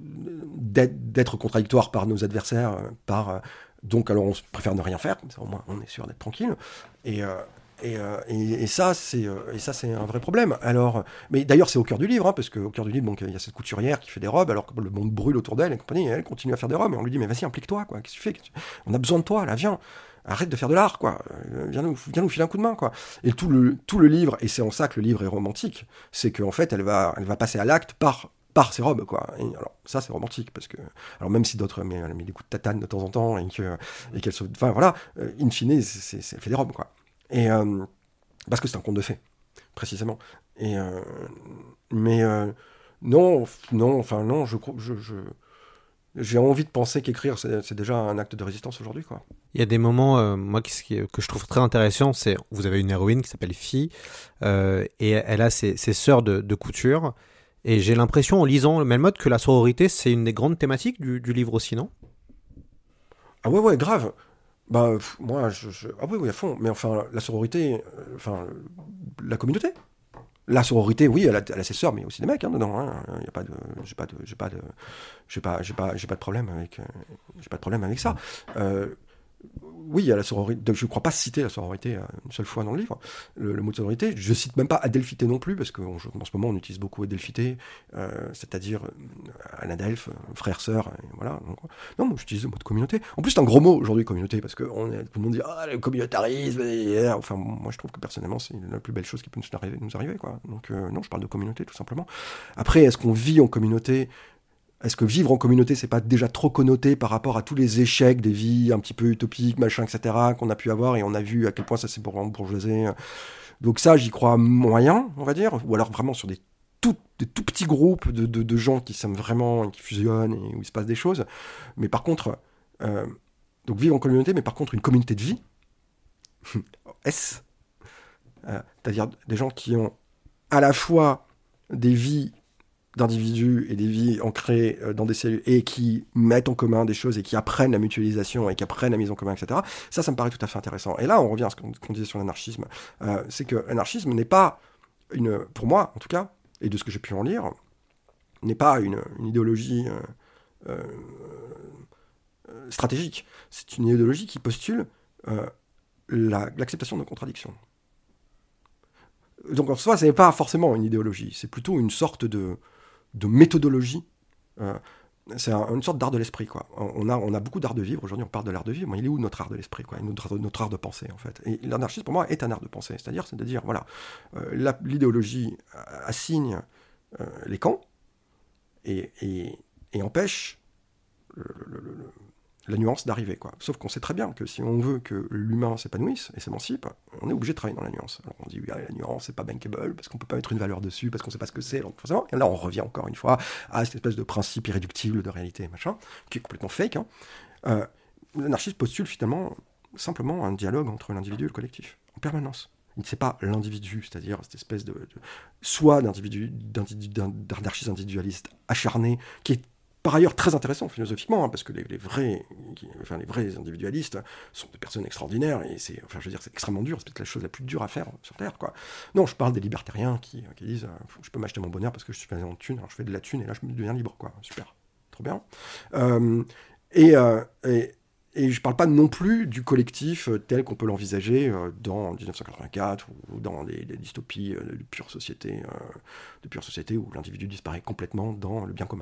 d'être, d'être contradictoire par nos adversaires. Euh, par, euh, donc, alors, on préfère ne rien faire, comme ça, au moins, on est sûr d'être tranquille. Et... Euh, Et, euh, et, et, ça, c'est, euh, et ça, c'est un vrai problème. Alors, mais d'ailleurs, c'est au cœur du livre, hein, parce qu'au cœur du livre, donc, il y a cette couturière qui fait des robes, alors que le monde brûle autour d'elle et compagnie, et elle continue à faire des robes, et on lui dit, mais vas-y, implique-toi, quoi. Qu'est-ce que tu fais ? Qu'est-ce que tu... On a besoin de toi, là, viens. Arrête de faire de l'art, quoi. Viens nous, viens nous filer un coup de main, quoi. Et tout le, tout le livre, et c'est en ça que le livre est romantique, c'est qu'en fait, elle va, elle va passer à l'acte par... par ses robes, quoi. Et alors, ça, c'est romantique, parce que... Alors, même si d'autres... Mais elle met des coups de tatane de temps en temps, et, que, et qu'elle se... Enfin, voilà. Euh, in fine, c'est, c'est, c'est, elle fait des robes, quoi. Et... Euh, parce que c'est un conte de fées, précisément. Et euh, mais euh, non, non, enfin non, je, je, je, j'ai envie de penser qu'écrire, c'est, c'est déjà un acte de résistance aujourd'hui, quoi. Il y a des moments, euh, moi, qui, qui, que je trouve très intéressants, c'est vous avez une héroïne qui s'appelle Fille, euh, et elle a ses, ses sœurs de, de couture, et j'ai l'impression, en lisant le Melmoth, que la sororité, c'est une des grandes thématiques du, du livre aussi, non ? Ah ouais, ouais, grave. Bah, pff, moi, je, je... Ah oui, oui, à fond. Mais enfin, la sororité, euh, enfin, la communauté. La sororité, oui, elle a, elle a ses sœurs, mais aussi des mecs, hein, dedans. Hein. Il y a pas de... J'ai pas de... J'ai pas de... J'ai pas, j'ai pas, j'ai pas de problème avec... Euh, j'ai pas de problème avec ça. Euh... Oui, il y a la sororité. Je ne crois pas citer la sororité une seule fois dans le livre, le, le mot de sororité. Je ne cite même pas Adelphité non plus, parce qu'en ce moment, on utilise beaucoup Adelphité, euh, c'est-à-dire anadelphes, frères, sœurs, et voilà. Donc, non, moi, j'utilise le mot de communauté. En plus, c'est un gros mot aujourd'hui, communauté, parce que on est, tout le monde dit « Ah, le communautarisme !» Enfin, moi, je trouve que personnellement, c'est la plus belle chose qui peut nous arriver, nous arriver quoi. Donc, euh, non, je parle de communauté, tout simplement. Après, est-ce qu'on vit en communauté ? Est-ce que vivre en communauté, c'est pas déjà trop connoté par rapport à tous les échecs des vies un petit peu utopiques, machin, et cetera, qu'on a pu avoir, et on a vu à quel point ça s'est bourgeoisé. Donc ça, j'y crois moyen, on va dire, ou alors vraiment sur des tout, des tout petits groupes de, de, de gens qui s'aiment vraiment, qui fusionnent, et où il se passe des choses. Mais par contre, euh, donc vivre en communauté, mais par contre une communauté de vie, S, euh, c'est-à-dire des gens qui ont à la fois des vies d'individus et des vies ancrées dans des cellules et qui mettent en commun des choses et qui apprennent la mutualisation et qui apprennent la mise en commun, et cetera. Ça, ça me paraît tout à fait intéressant. Et là, on revient à ce qu'on, qu'on disait sur l'anarchisme. Euh, c'est que l'anarchisme n'est pas, une, pour moi en tout cas, et de ce que j'ai pu en lire, n'est pas une, une idéologie euh, euh, stratégique. C'est une idéologie qui postule euh, la, l'acceptation de nos contradictions. Donc en soi, ce n'est pas forcément une idéologie, c'est plutôt une sorte de de méthodologie, euh, c'est un, une sorte d'art de l'esprit, quoi. On a, on a beaucoup d'art de vivre, aujourd'hui on parle de l'art de vivre, mais il est où notre art de l'esprit, quoi, notre, notre art de penser, en fait. Et l'anarchisme, pour moi, est un art de penser, c'est-à-dire, c'est de dire, voilà, euh, la, l'idéologie assigne euh, les camps et, et, et empêche le, le, le, la nuance d'arriver, quoi. Sauf qu'on sait très bien que si on veut que l'humain s'épanouisse et s'émancipe, on est obligé de travailler dans la nuance. Alors on dit, oui, la nuance, c'est pas bankable, parce qu'on peut pas mettre une valeur dessus, parce qu'on sait pas ce que c'est, donc forcément, et là on revient encore une fois à cette espèce de principe irréductible de réalité, machin, qui est complètement fake, hein. Euh, l'anarchisme postule finalement simplement un dialogue entre l'individu et le collectif, en permanence. Il ne sait pas l'individu, c'est-à-dire cette espèce de... de soit d'individu, d'individu, d'anarchiste individualiste acharné, qui est par ailleurs très intéressant philosophiquement, hein, parce que les, les, vrais, qui, enfin, les vrais individualistes sont des personnes extraordinaires, et c'est, enfin, je veux dire, c'est extrêmement dur, c'est peut-être la chose la plus dure à faire sur Terre, quoi. Non, je parle des libertariens qui, qui disent euh, je peux m'acheter mon bonheur parce que je suis pas en thune, alors je fais de la thune, et là je me deviens libre, quoi. Super, trop bien. Euh, et, euh, et, et je parle pas non plus du collectif tel qu'on peut l'envisager euh, dans dix-neuf cent quatre-vingt-quatre ou dans des, des dystopies euh, de pure société, euh, de pure société où l'individu disparaît complètement dans le bien commun, quoi.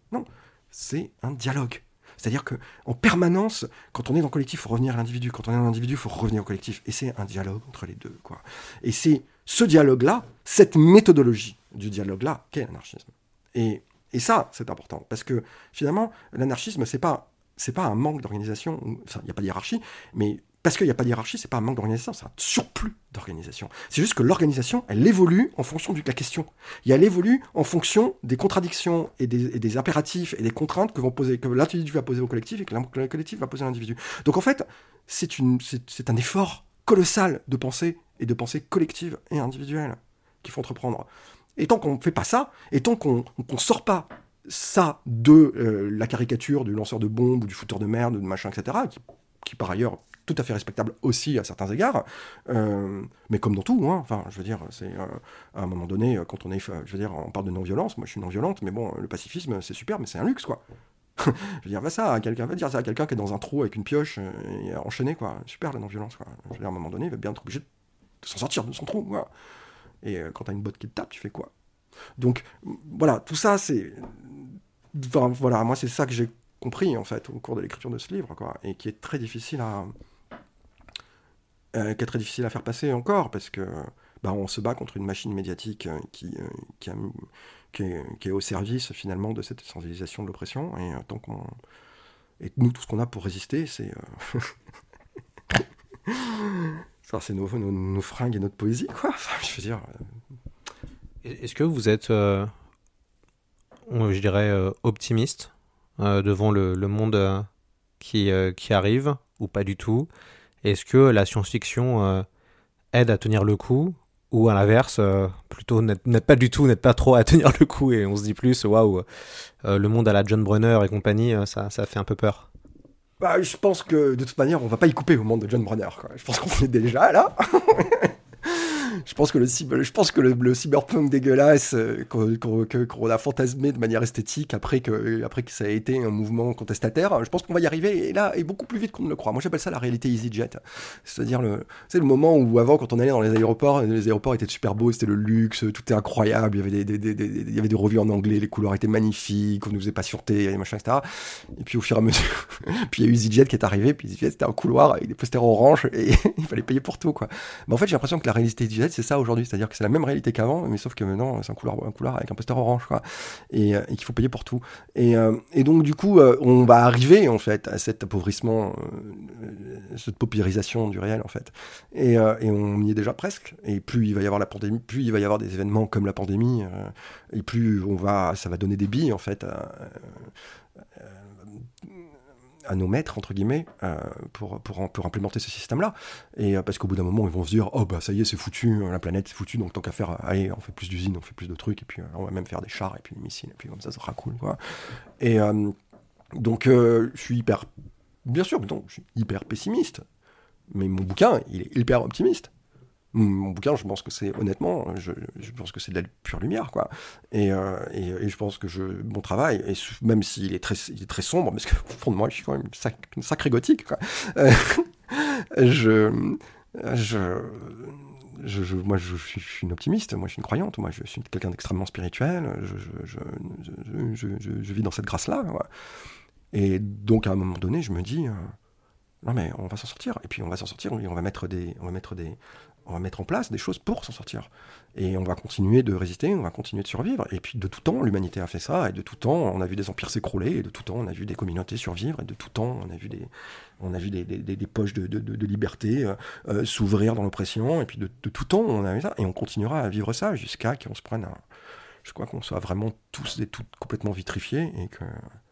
Non, c'est un dialogue. C'est-à-dire qu'en permanence, quand on est dans le collectif, il faut revenir à l'individu. Quand on est dans l'individu, il faut revenir au collectif. Et c'est un dialogue entre les deux, quoi. Et c'est ce dialogue-là, cette méthodologie du dialogue-là, qu'est l'anarchisme. Et, et ça, c'est important. Parce que finalement, l'anarchisme, c'est pas, c'est pas un manque d'organisation. Enfin, il n'y a pas de hiérarchie, mais parce qu'il n'y a pas de hiérarchie, c'est pas un manque d'organisation, c'est un surplus d'organisation. C'est juste que l'organisation, elle évolue en fonction de la question. Et elle évolue en fonction des contradictions et des, et des impératifs et des contraintes que, vont poser, que l'individu va poser au collectif et que le collectif va poser à l'individu. Donc en fait, c'est, une, c'est, c'est un effort colossal de pensée et de pensée collective et individuelle qu'il faut entreprendre. Et tant qu'on ne fait pas ça, et tant qu'on ne sort pas ça de euh, la caricature du lanceur de bombes ou du fouteur de merde, de machin, et cetera, qui, qui par ailleurs tout à fait respectable aussi à certains égards, euh, mais comme dans tout, hein, enfin, je veux dire, c'est euh, à un moment donné, quand on est, je veux dire, on parle de non-violence, moi je suis non-violente, mais bon, le pacifisme, c'est super, mais c'est un luxe, quoi. Je veux dire, va ça à quelqu'un, va dire ça à quelqu'un qui est dans un trou avec une pioche et enchaîné, quoi. Super, la non-violence, quoi. Je veux dire, à un moment donné, il va bien être obligé de s'en sortir de son trou, quoi. Et euh, quand t'as une botte qui te tape, tu fais quoi? Donc, voilà, tout ça, c'est... Enfin, voilà, moi, c'est ça que j'ai compris, en fait, au cours de l'écriture de ce livre, quoi, et qui est très difficile à... Euh, qui est très difficile à faire passer encore, parce que bah, on se bat contre une machine médiatique euh, qui, euh, qui, a, qui, est, qui est au service finalement de cette sensibilisation de l'oppression, et euh, tant qu'on... Et nous, tout ce qu'on a pour résister, c'est... Euh... ça, c'est nos, nos, nos fringues et notre poésie, quoi. Enfin, je veux dire... Euh... Est-ce que vous êtes, euh, je dirais, euh, optimiste euh, devant le, le monde euh, qui, euh, qui arrive, ou pas du tout? Est-ce que la science-fiction euh, aide à tenir le coup, ou à l'inverse, euh, plutôt n'aide, n'aide pas du tout, n'aide pas trop à tenir le coup, et on se dit plus, waouh, euh, le monde à la John Brunner et compagnie, euh, ça, ça fait un peu peur? Bah, je pense que de toute manière, on va pas y couper au monde de John Brunner, quoi. Je pense qu'on est déjà là. Je pense que le, je pense que le, le cyberpunk dégueulasse euh, qu'on, qu'on, qu'on a fantasmé de manière esthétique après que, après que ça a été un mouvement contestataire, je pense qu'on va y arriver, et là, et beaucoup plus vite qu'on ne le croit. Moi, j'appelle ça la réalité EasyJet. C'est-à-dire, le, c'est le moment où avant, quand on allait dans les aéroports, les aéroports étaient super beaux, c'était le luxe, tout était incroyable, il y avait des, des, des, des, il y avait des revues en anglais, les couleurs étaient magnifiques, on nous faisait patienter, les machins, et cetera. Et puis, au fur et à mesure, puis il y a eu EasyJet qui est arrivé, puis EasyJet, c'était un couloir avec des posters orange, et il fallait payer pour tout, quoi. Mais en fait, j'ai l'impression que la réalité EasyJet, c'est ça aujourd'hui, c'est-à-dire que c'est la même réalité qu'avant, mais sauf que maintenant c'est un couloir, un couloir avec un poster orange, quoi, et, et qu'il faut payer pour tout. Et, euh, et donc du coup, euh, on va arriver en fait à cet appauvrissement, euh, cette paupérisation du réel en fait. Et, euh, et on y est déjà presque. Et plus il va y avoir la pandémie, plus il va y avoir des événements comme la pandémie, euh, et plus on va, ça va donner des billes en fait. À, à, à nos maîtres, entre guillemets, euh, pour, pour, pour implémenter ce système-là. Et euh, parce qu'au bout d'un moment, ils vont se dire « Oh, bah ça y est, c'est foutu, la planète, c'est foutu, donc tant qu'à faire, allez, on fait plus d'usines, on fait plus de trucs, et puis euh, on va même faire des chars, et puis des missiles, et puis comme ça, ça sera cool, quoi. » Et euh, donc, euh, je suis hyper... Bien sûr, donc, je suis hyper pessimiste, mais mon bouquin, il est hyper optimiste. Mon bouquin, je pense que c'est, honnêtement, je, je pense que c'est de la pure lumière, quoi. Et, euh, et, et je pense que je, mon travail, et même s'il est très, il est très sombre, parce que au fond de moi, je suis quand même une, sac, une sacrée gothique, quoi. Euh, je, je, je, je, moi, je, je, suis, je suis une optimiste, moi, je suis une croyante, moi, je suis quelqu'un d'extrêmement spirituel, je, je, je, je, je, je, je vis dans cette grâce-là, quoi. Et donc, à un moment donné, je me dis, euh, non, mais on va s'en sortir, et puis on va s'en sortir, et on va mettre des, on va mettre des, on va mettre en place des choses pour s'en sortir. Et on va continuer de résister, on va continuer de survivre. Et puis de tout temps, l'humanité a fait ça, et de tout temps, on a vu des empires s'écrouler, et de tout temps, on a vu des communautés survivre, et de tout temps, on a vu des, on a vu des, des, des, des poches de, de, de, de liberté euh, euh, s'ouvrir dans l'oppression, et puis de, de tout temps, on a vu ça, et on continuera à vivre ça jusqu'à qu'on se prenne un... Je crois qu'on soit vraiment tous et toutes complètement vitrifiés, et que...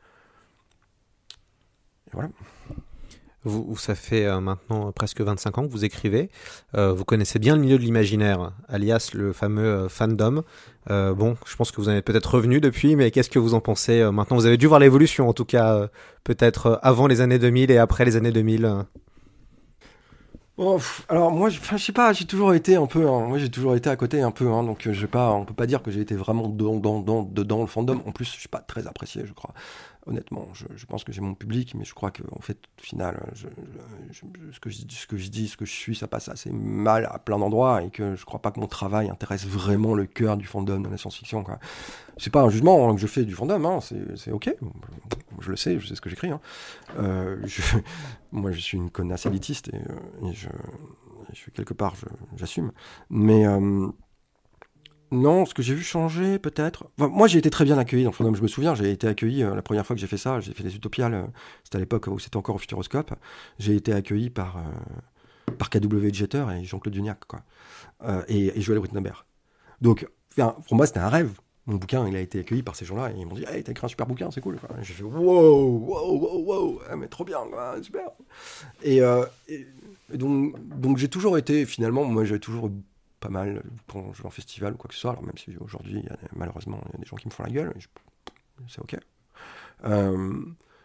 Et voilà. Vous, ça fait euh, maintenant presque vingt-cinq ans que vous écrivez. Euh, vous connaissez bien le milieu de l'imaginaire, alias le fameux euh, fandom. Euh, bon, je pense que vous en êtes peut-être revenu depuis, mais qu'est-ce que vous en pensez euh, maintenant? Vous avez dû voir l'évolution, en tout cas, euh, peut-être euh, avant les années deux mille et après les années deux mille. Euh. Bon, alors moi, je, je sais pas, j'ai toujours été un peu, hein, moi j'ai toujours été à côté un peu, hein, donc je sais pas, on peut pas dire que j'ai été vraiment dans, dans, dans, dedans le fandom. En plus, je suis pas très apprécié, je crois. honnêtement. Je, je pense que j'ai mon public, mais je crois qu'en fait, au final, je, je, je, ce, que je, ce que je dis, ce que je suis, ça passe assez mal à plein d'endroits et que je crois pas que mon travail intéresse vraiment le cœur du fandom de la science-fiction, quoi. C'est pas un jugement hein, que je fais du fandom, hein, c'est, c'est ok. Je le sais, je sais ce que j'écris. Hein. Euh, je, moi, je suis une connasse élitiste et, et je, je, quelque part, je, j'assume. Mais euh, non, ce que j'ai vu changer, peut-être... Enfin, moi, j'ai été très bien accueilli dans le fandom. Je me souviens, j'ai été accueilli, euh, la première fois que j'ai fait ça, j'ai fait les Utopiales, euh, c'était à l'époque où c'était encore au Futuroscope, j'ai été accueilli par, euh, par K W Jeter et Jean-Claude Duniac, quoi. Euh, et, et Joël Routenberg. Donc, enfin, pour moi, c'était un rêve. Mon bouquin, il a été accueilli par ces gens-là, et ils m'ont dit « Hey, t'as écrit un super bouquin, c'est cool. » J'ai fait « Wow, wow, wow, wow, ah, mais trop bien, quoi, super !» Et, euh, et, et donc, donc, j'ai toujours été, finalement, moi, j'ai toujours... pas mal quand je vais en festival ou quoi que ce soit, alors même si aujourd'hui, y a, malheureusement, il y a des gens qui me font la gueule, je, c'est ok. Euh,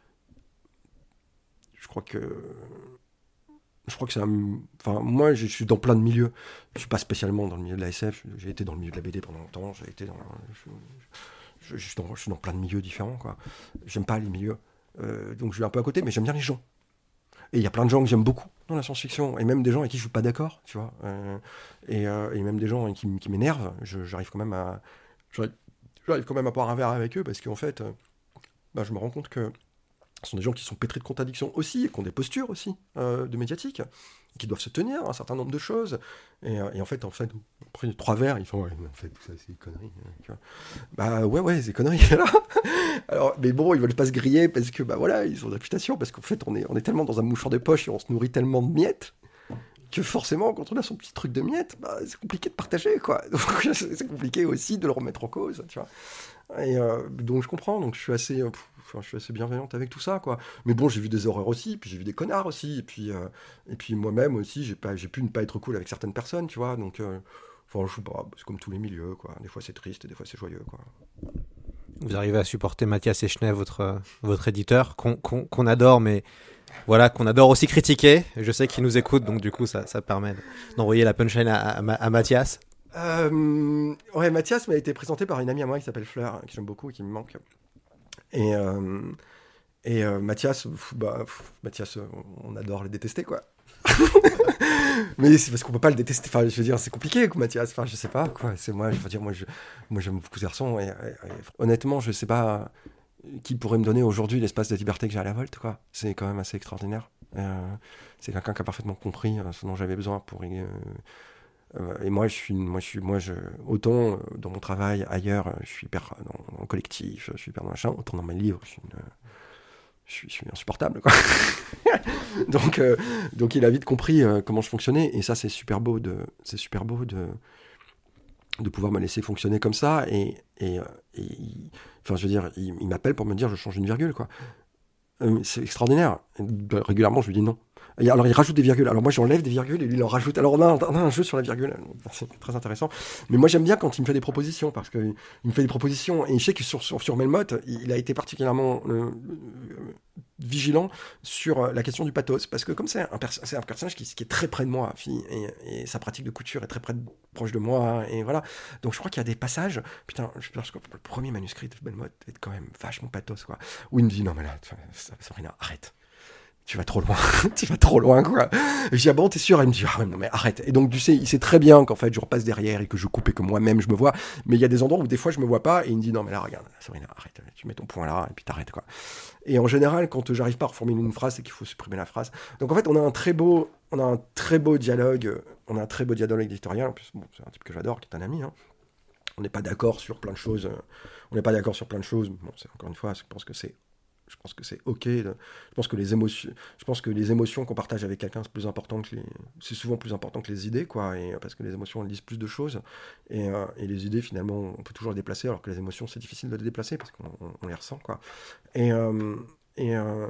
je crois que... Je crois que c'est un... Enfin, moi, je suis dans plein de milieux. Je suis pas spécialement dans le milieu de la S F, j'ai été dans le milieu de la B D pendant longtemps, j'ai été dans... Je, je, je, suis, dans, je suis dans plein de milieux différents, quoi. J'aime pas les milieux. Euh, donc je suis un peu à côté, mais j'aime bien les gens. Et il y a plein de gens que j'aime beaucoup dans la science-fiction, et même des gens avec qui je suis pas d'accord, tu vois. Euh, et, euh, et même des gens qui, qui m'énervent, je, j'arrive quand même à, j'arrive, j'arrive quand même à boire un verre avec eux, parce qu'en fait, euh, bah, je me rends compte que ce sont des gens qui sont pétris de contradictions aussi, et qui ont des postures aussi, euh, de médiatiques, qui doivent se tenir à un certain nombre de choses. Et, euh, et en fait, en fait, après trois verres, ils font, ouais, mais en fait, tout ça, c'est des conneries. Tu vois. Bah ouais, ouais, c'est des conneries, là. Alors, mais bon, ils veulent pas se griller parce que, bah voilà, ils ont une réputation, parce qu'en fait, on est, on est tellement dans un mouchoir de poche et on se nourrit tellement de miettes que forcément, quand on a son petit truc de miettes, bah, c'est compliqué de partager, quoi. Donc, c'est compliqué aussi de le remettre en cause, tu vois. Et euh, donc, je comprends, donc je suis assez... Euh, Enfin, je suis assez bienveillante avec tout ça, quoi. Mais bon, j'ai vu des horreurs aussi, puis j'ai vu des connards aussi, et puis, euh, et puis moi-même aussi, j'ai, pas, j'ai pu ne pas être cool avec certaines personnes, tu vois. Donc, euh, enfin, je sais pas, c'est comme tous les milieux, quoi. Des fois c'est triste et des fois c'est joyeux, quoi. Vous arrivez à supporter Mathias Echnev, votre, votre éditeur, qu'on, qu'on, qu'on adore, mais voilà, qu'on adore aussi critiquer. Je sais qu'il nous écoute, donc du coup, ça, ça permet d'envoyer la punchline à, à, à Mathias. Euh, ouais, Mathias m'a été présenté par une amie à moi qui s'appelle Fleur, que j'aime beaucoup et qui me manque. Et, euh, et euh, Mathias, pff, bah, pff, Mathias, on adore le détester, quoi. Mais c'est parce qu'on peut pas le détester. Enfin, je veux dire, c'est compliqué, quoi, Mathias. Enfin, je sais pas, quoi. C'est moi, je veux dire, moi, je, moi, j'aime beaucoup ce garçon. Et, et, et, honnêtement, je sais pas qui pourrait me donner aujourd'hui l'espace de liberté que j'ai à la Volte, quoi. C'est quand même assez extraordinaire. Euh, c'est quelqu'un qui a parfaitement compris euh, ce dont j'avais besoin pour. Euh, Euh, et moi, je suis, moi, je suis, moi, je, autant euh, dans mon travail, ailleurs, euh, je suis hyper euh, dans, dans le collectif, je suis hyper dans machin, autant dans mes livres, je suis, une, euh, je suis, je suis insupportable, quoi. donc, euh, donc, il a vite compris euh, comment je fonctionnais, et ça, c'est super beau de, c'est super beau de, de pouvoir me laisser fonctionner comme ça, et, et, et il, enfin, je veux dire, il, il m'appelle pour me dire, je change une virgule, quoi. Euh, c'est extraordinaire. Et, régulièrement, je lui dis non. Et alors, il rajoute des virgules. Alors, moi, j'enlève des virgules et lui, il en rajoute. Alors, on a, un, on a un jeu sur la virgule. C'est très intéressant. Mais moi, j'aime bien quand il me fait des propositions, parce qu'il me fait des propositions. Et je sais que sur, sur, sur Melmoth, il a été particulièrement euh, euh, vigilant sur la question du pathos. Parce que comme c'est un, pers- c'est un personnage qui, qui est très près de moi, et, et sa pratique de couture est très près de, proche de moi. Et voilà. Donc, je crois qu'il y a des passages. Putain, je pense que le premier manuscrit de Melmoth est quand même vachement pathos, quoi. Où il me dit, non, mais là, Sabrina, arrête. Tu vas trop loin, tu vas trop loin, quoi. Et je dis, ah bon, t'es sûr? Elle me dit, ah ouais, non, mais arrête. Et donc, tu sais, il sait très bien qu'en fait, je repasse derrière et que je coupe et que moi-même, je me vois. Mais il y a des endroits où des fois, je me vois pas. Et il me dit, non, mais là, regarde, Sabrina, arrête. Tu mets ton point là et puis t'arrêtes, quoi. Et en général, quand j'arrive pas à reformuler une phrase, c'est qu'il faut supprimer la phrase. Donc, en fait, on a un très beau, on a un très beau dialogue. On a un très beau dialogue éditorial. En plus, bon, c'est un type que j'adore, qui est un ami, hein. On n'est pas d'accord sur plein de choses. On n'est pas d'accord sur plein de choses. Bon, c'est encore une fois, je pense que c'est Je pense que c'est ok. De... Je pense que les émotions, je pense que les émotions qu'on partage avec quelqu'un, c'est plus important que les, c'est souvent plus important que les idées, quoi. Et parce que les émotions, elles disent plus de choses. Et, euh, et les idées, finalement, on peut toujours les déplacer, alors que les émotions, c'est difficile de les déplacer parce qu'on on, on les ressent, quoi. Et euh, et euh,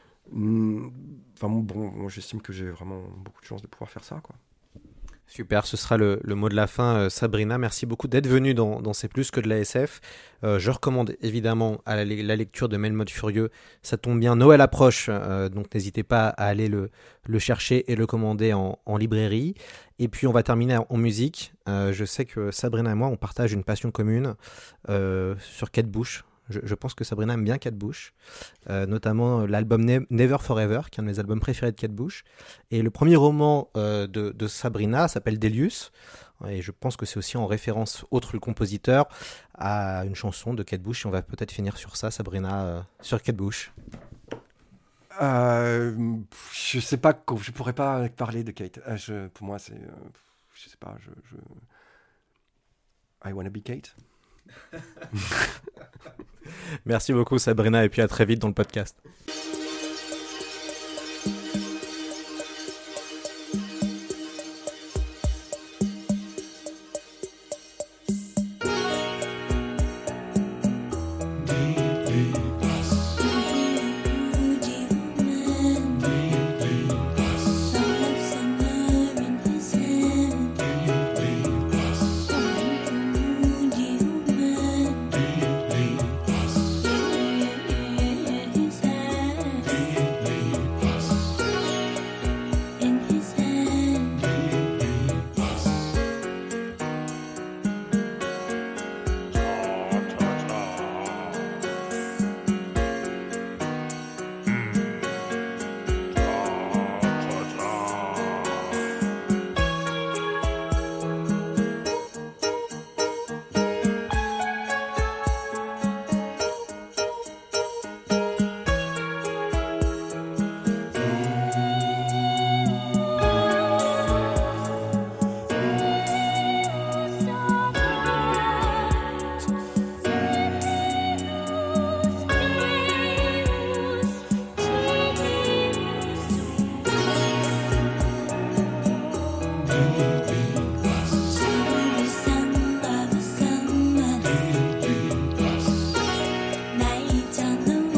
enfin bon, moi, j'estime que j'ai vraiment beaucoup de chance de pouvoir faire ça, quoi. Super, ce sera le, le mot de la fin. Euh, Sabrina, merci beaucoup d'être venue dans, dans C'est plus que de la S F. Euh, je recommande évidemment à la, la lecture de Melmoth Furieux. Ça tombe bien, Noël approche, euh, donc n'hésitez pas à aller le, le chercher et le commander en, en librairie. Et puis on va terminer en, en musique. Euh, je sais que Sabrina et moi, on partage une passion commune euh, sur Kate Bush. Je, je pense que Sabrina aime bien Kate Bush, euh, notamment l'album ne- Never Forever, qui est un de mes albums préférés de Kate Bush. Et le premier roman euh, de, de Sabrina s'appelle Delius. Et je pense que c'est aussi en référence, autre le compositeur, à une chanson de Kate Bush. Et on va peut-être finir sur ça, Sabrina, euh, sur Kate Bush. Euh, je sais pas, je pourrais pas parler de Kate. Euh, je, pour moi, c'est, euh, je sais pas, je, je... I wanna be Kate. Merci beaucoup Sabrina et puis à très vite dans le podcast.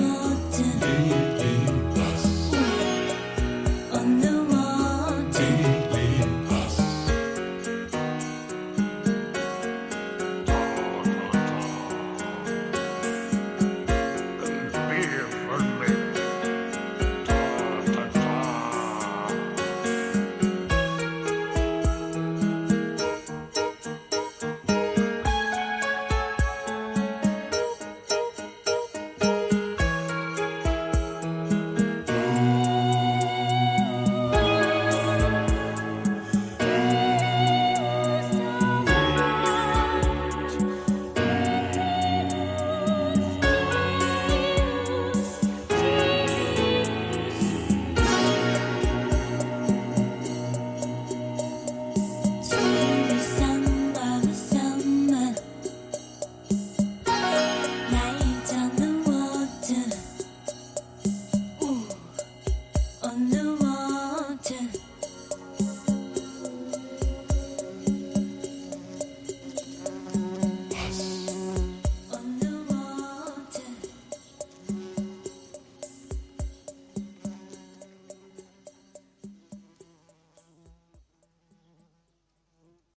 On the water.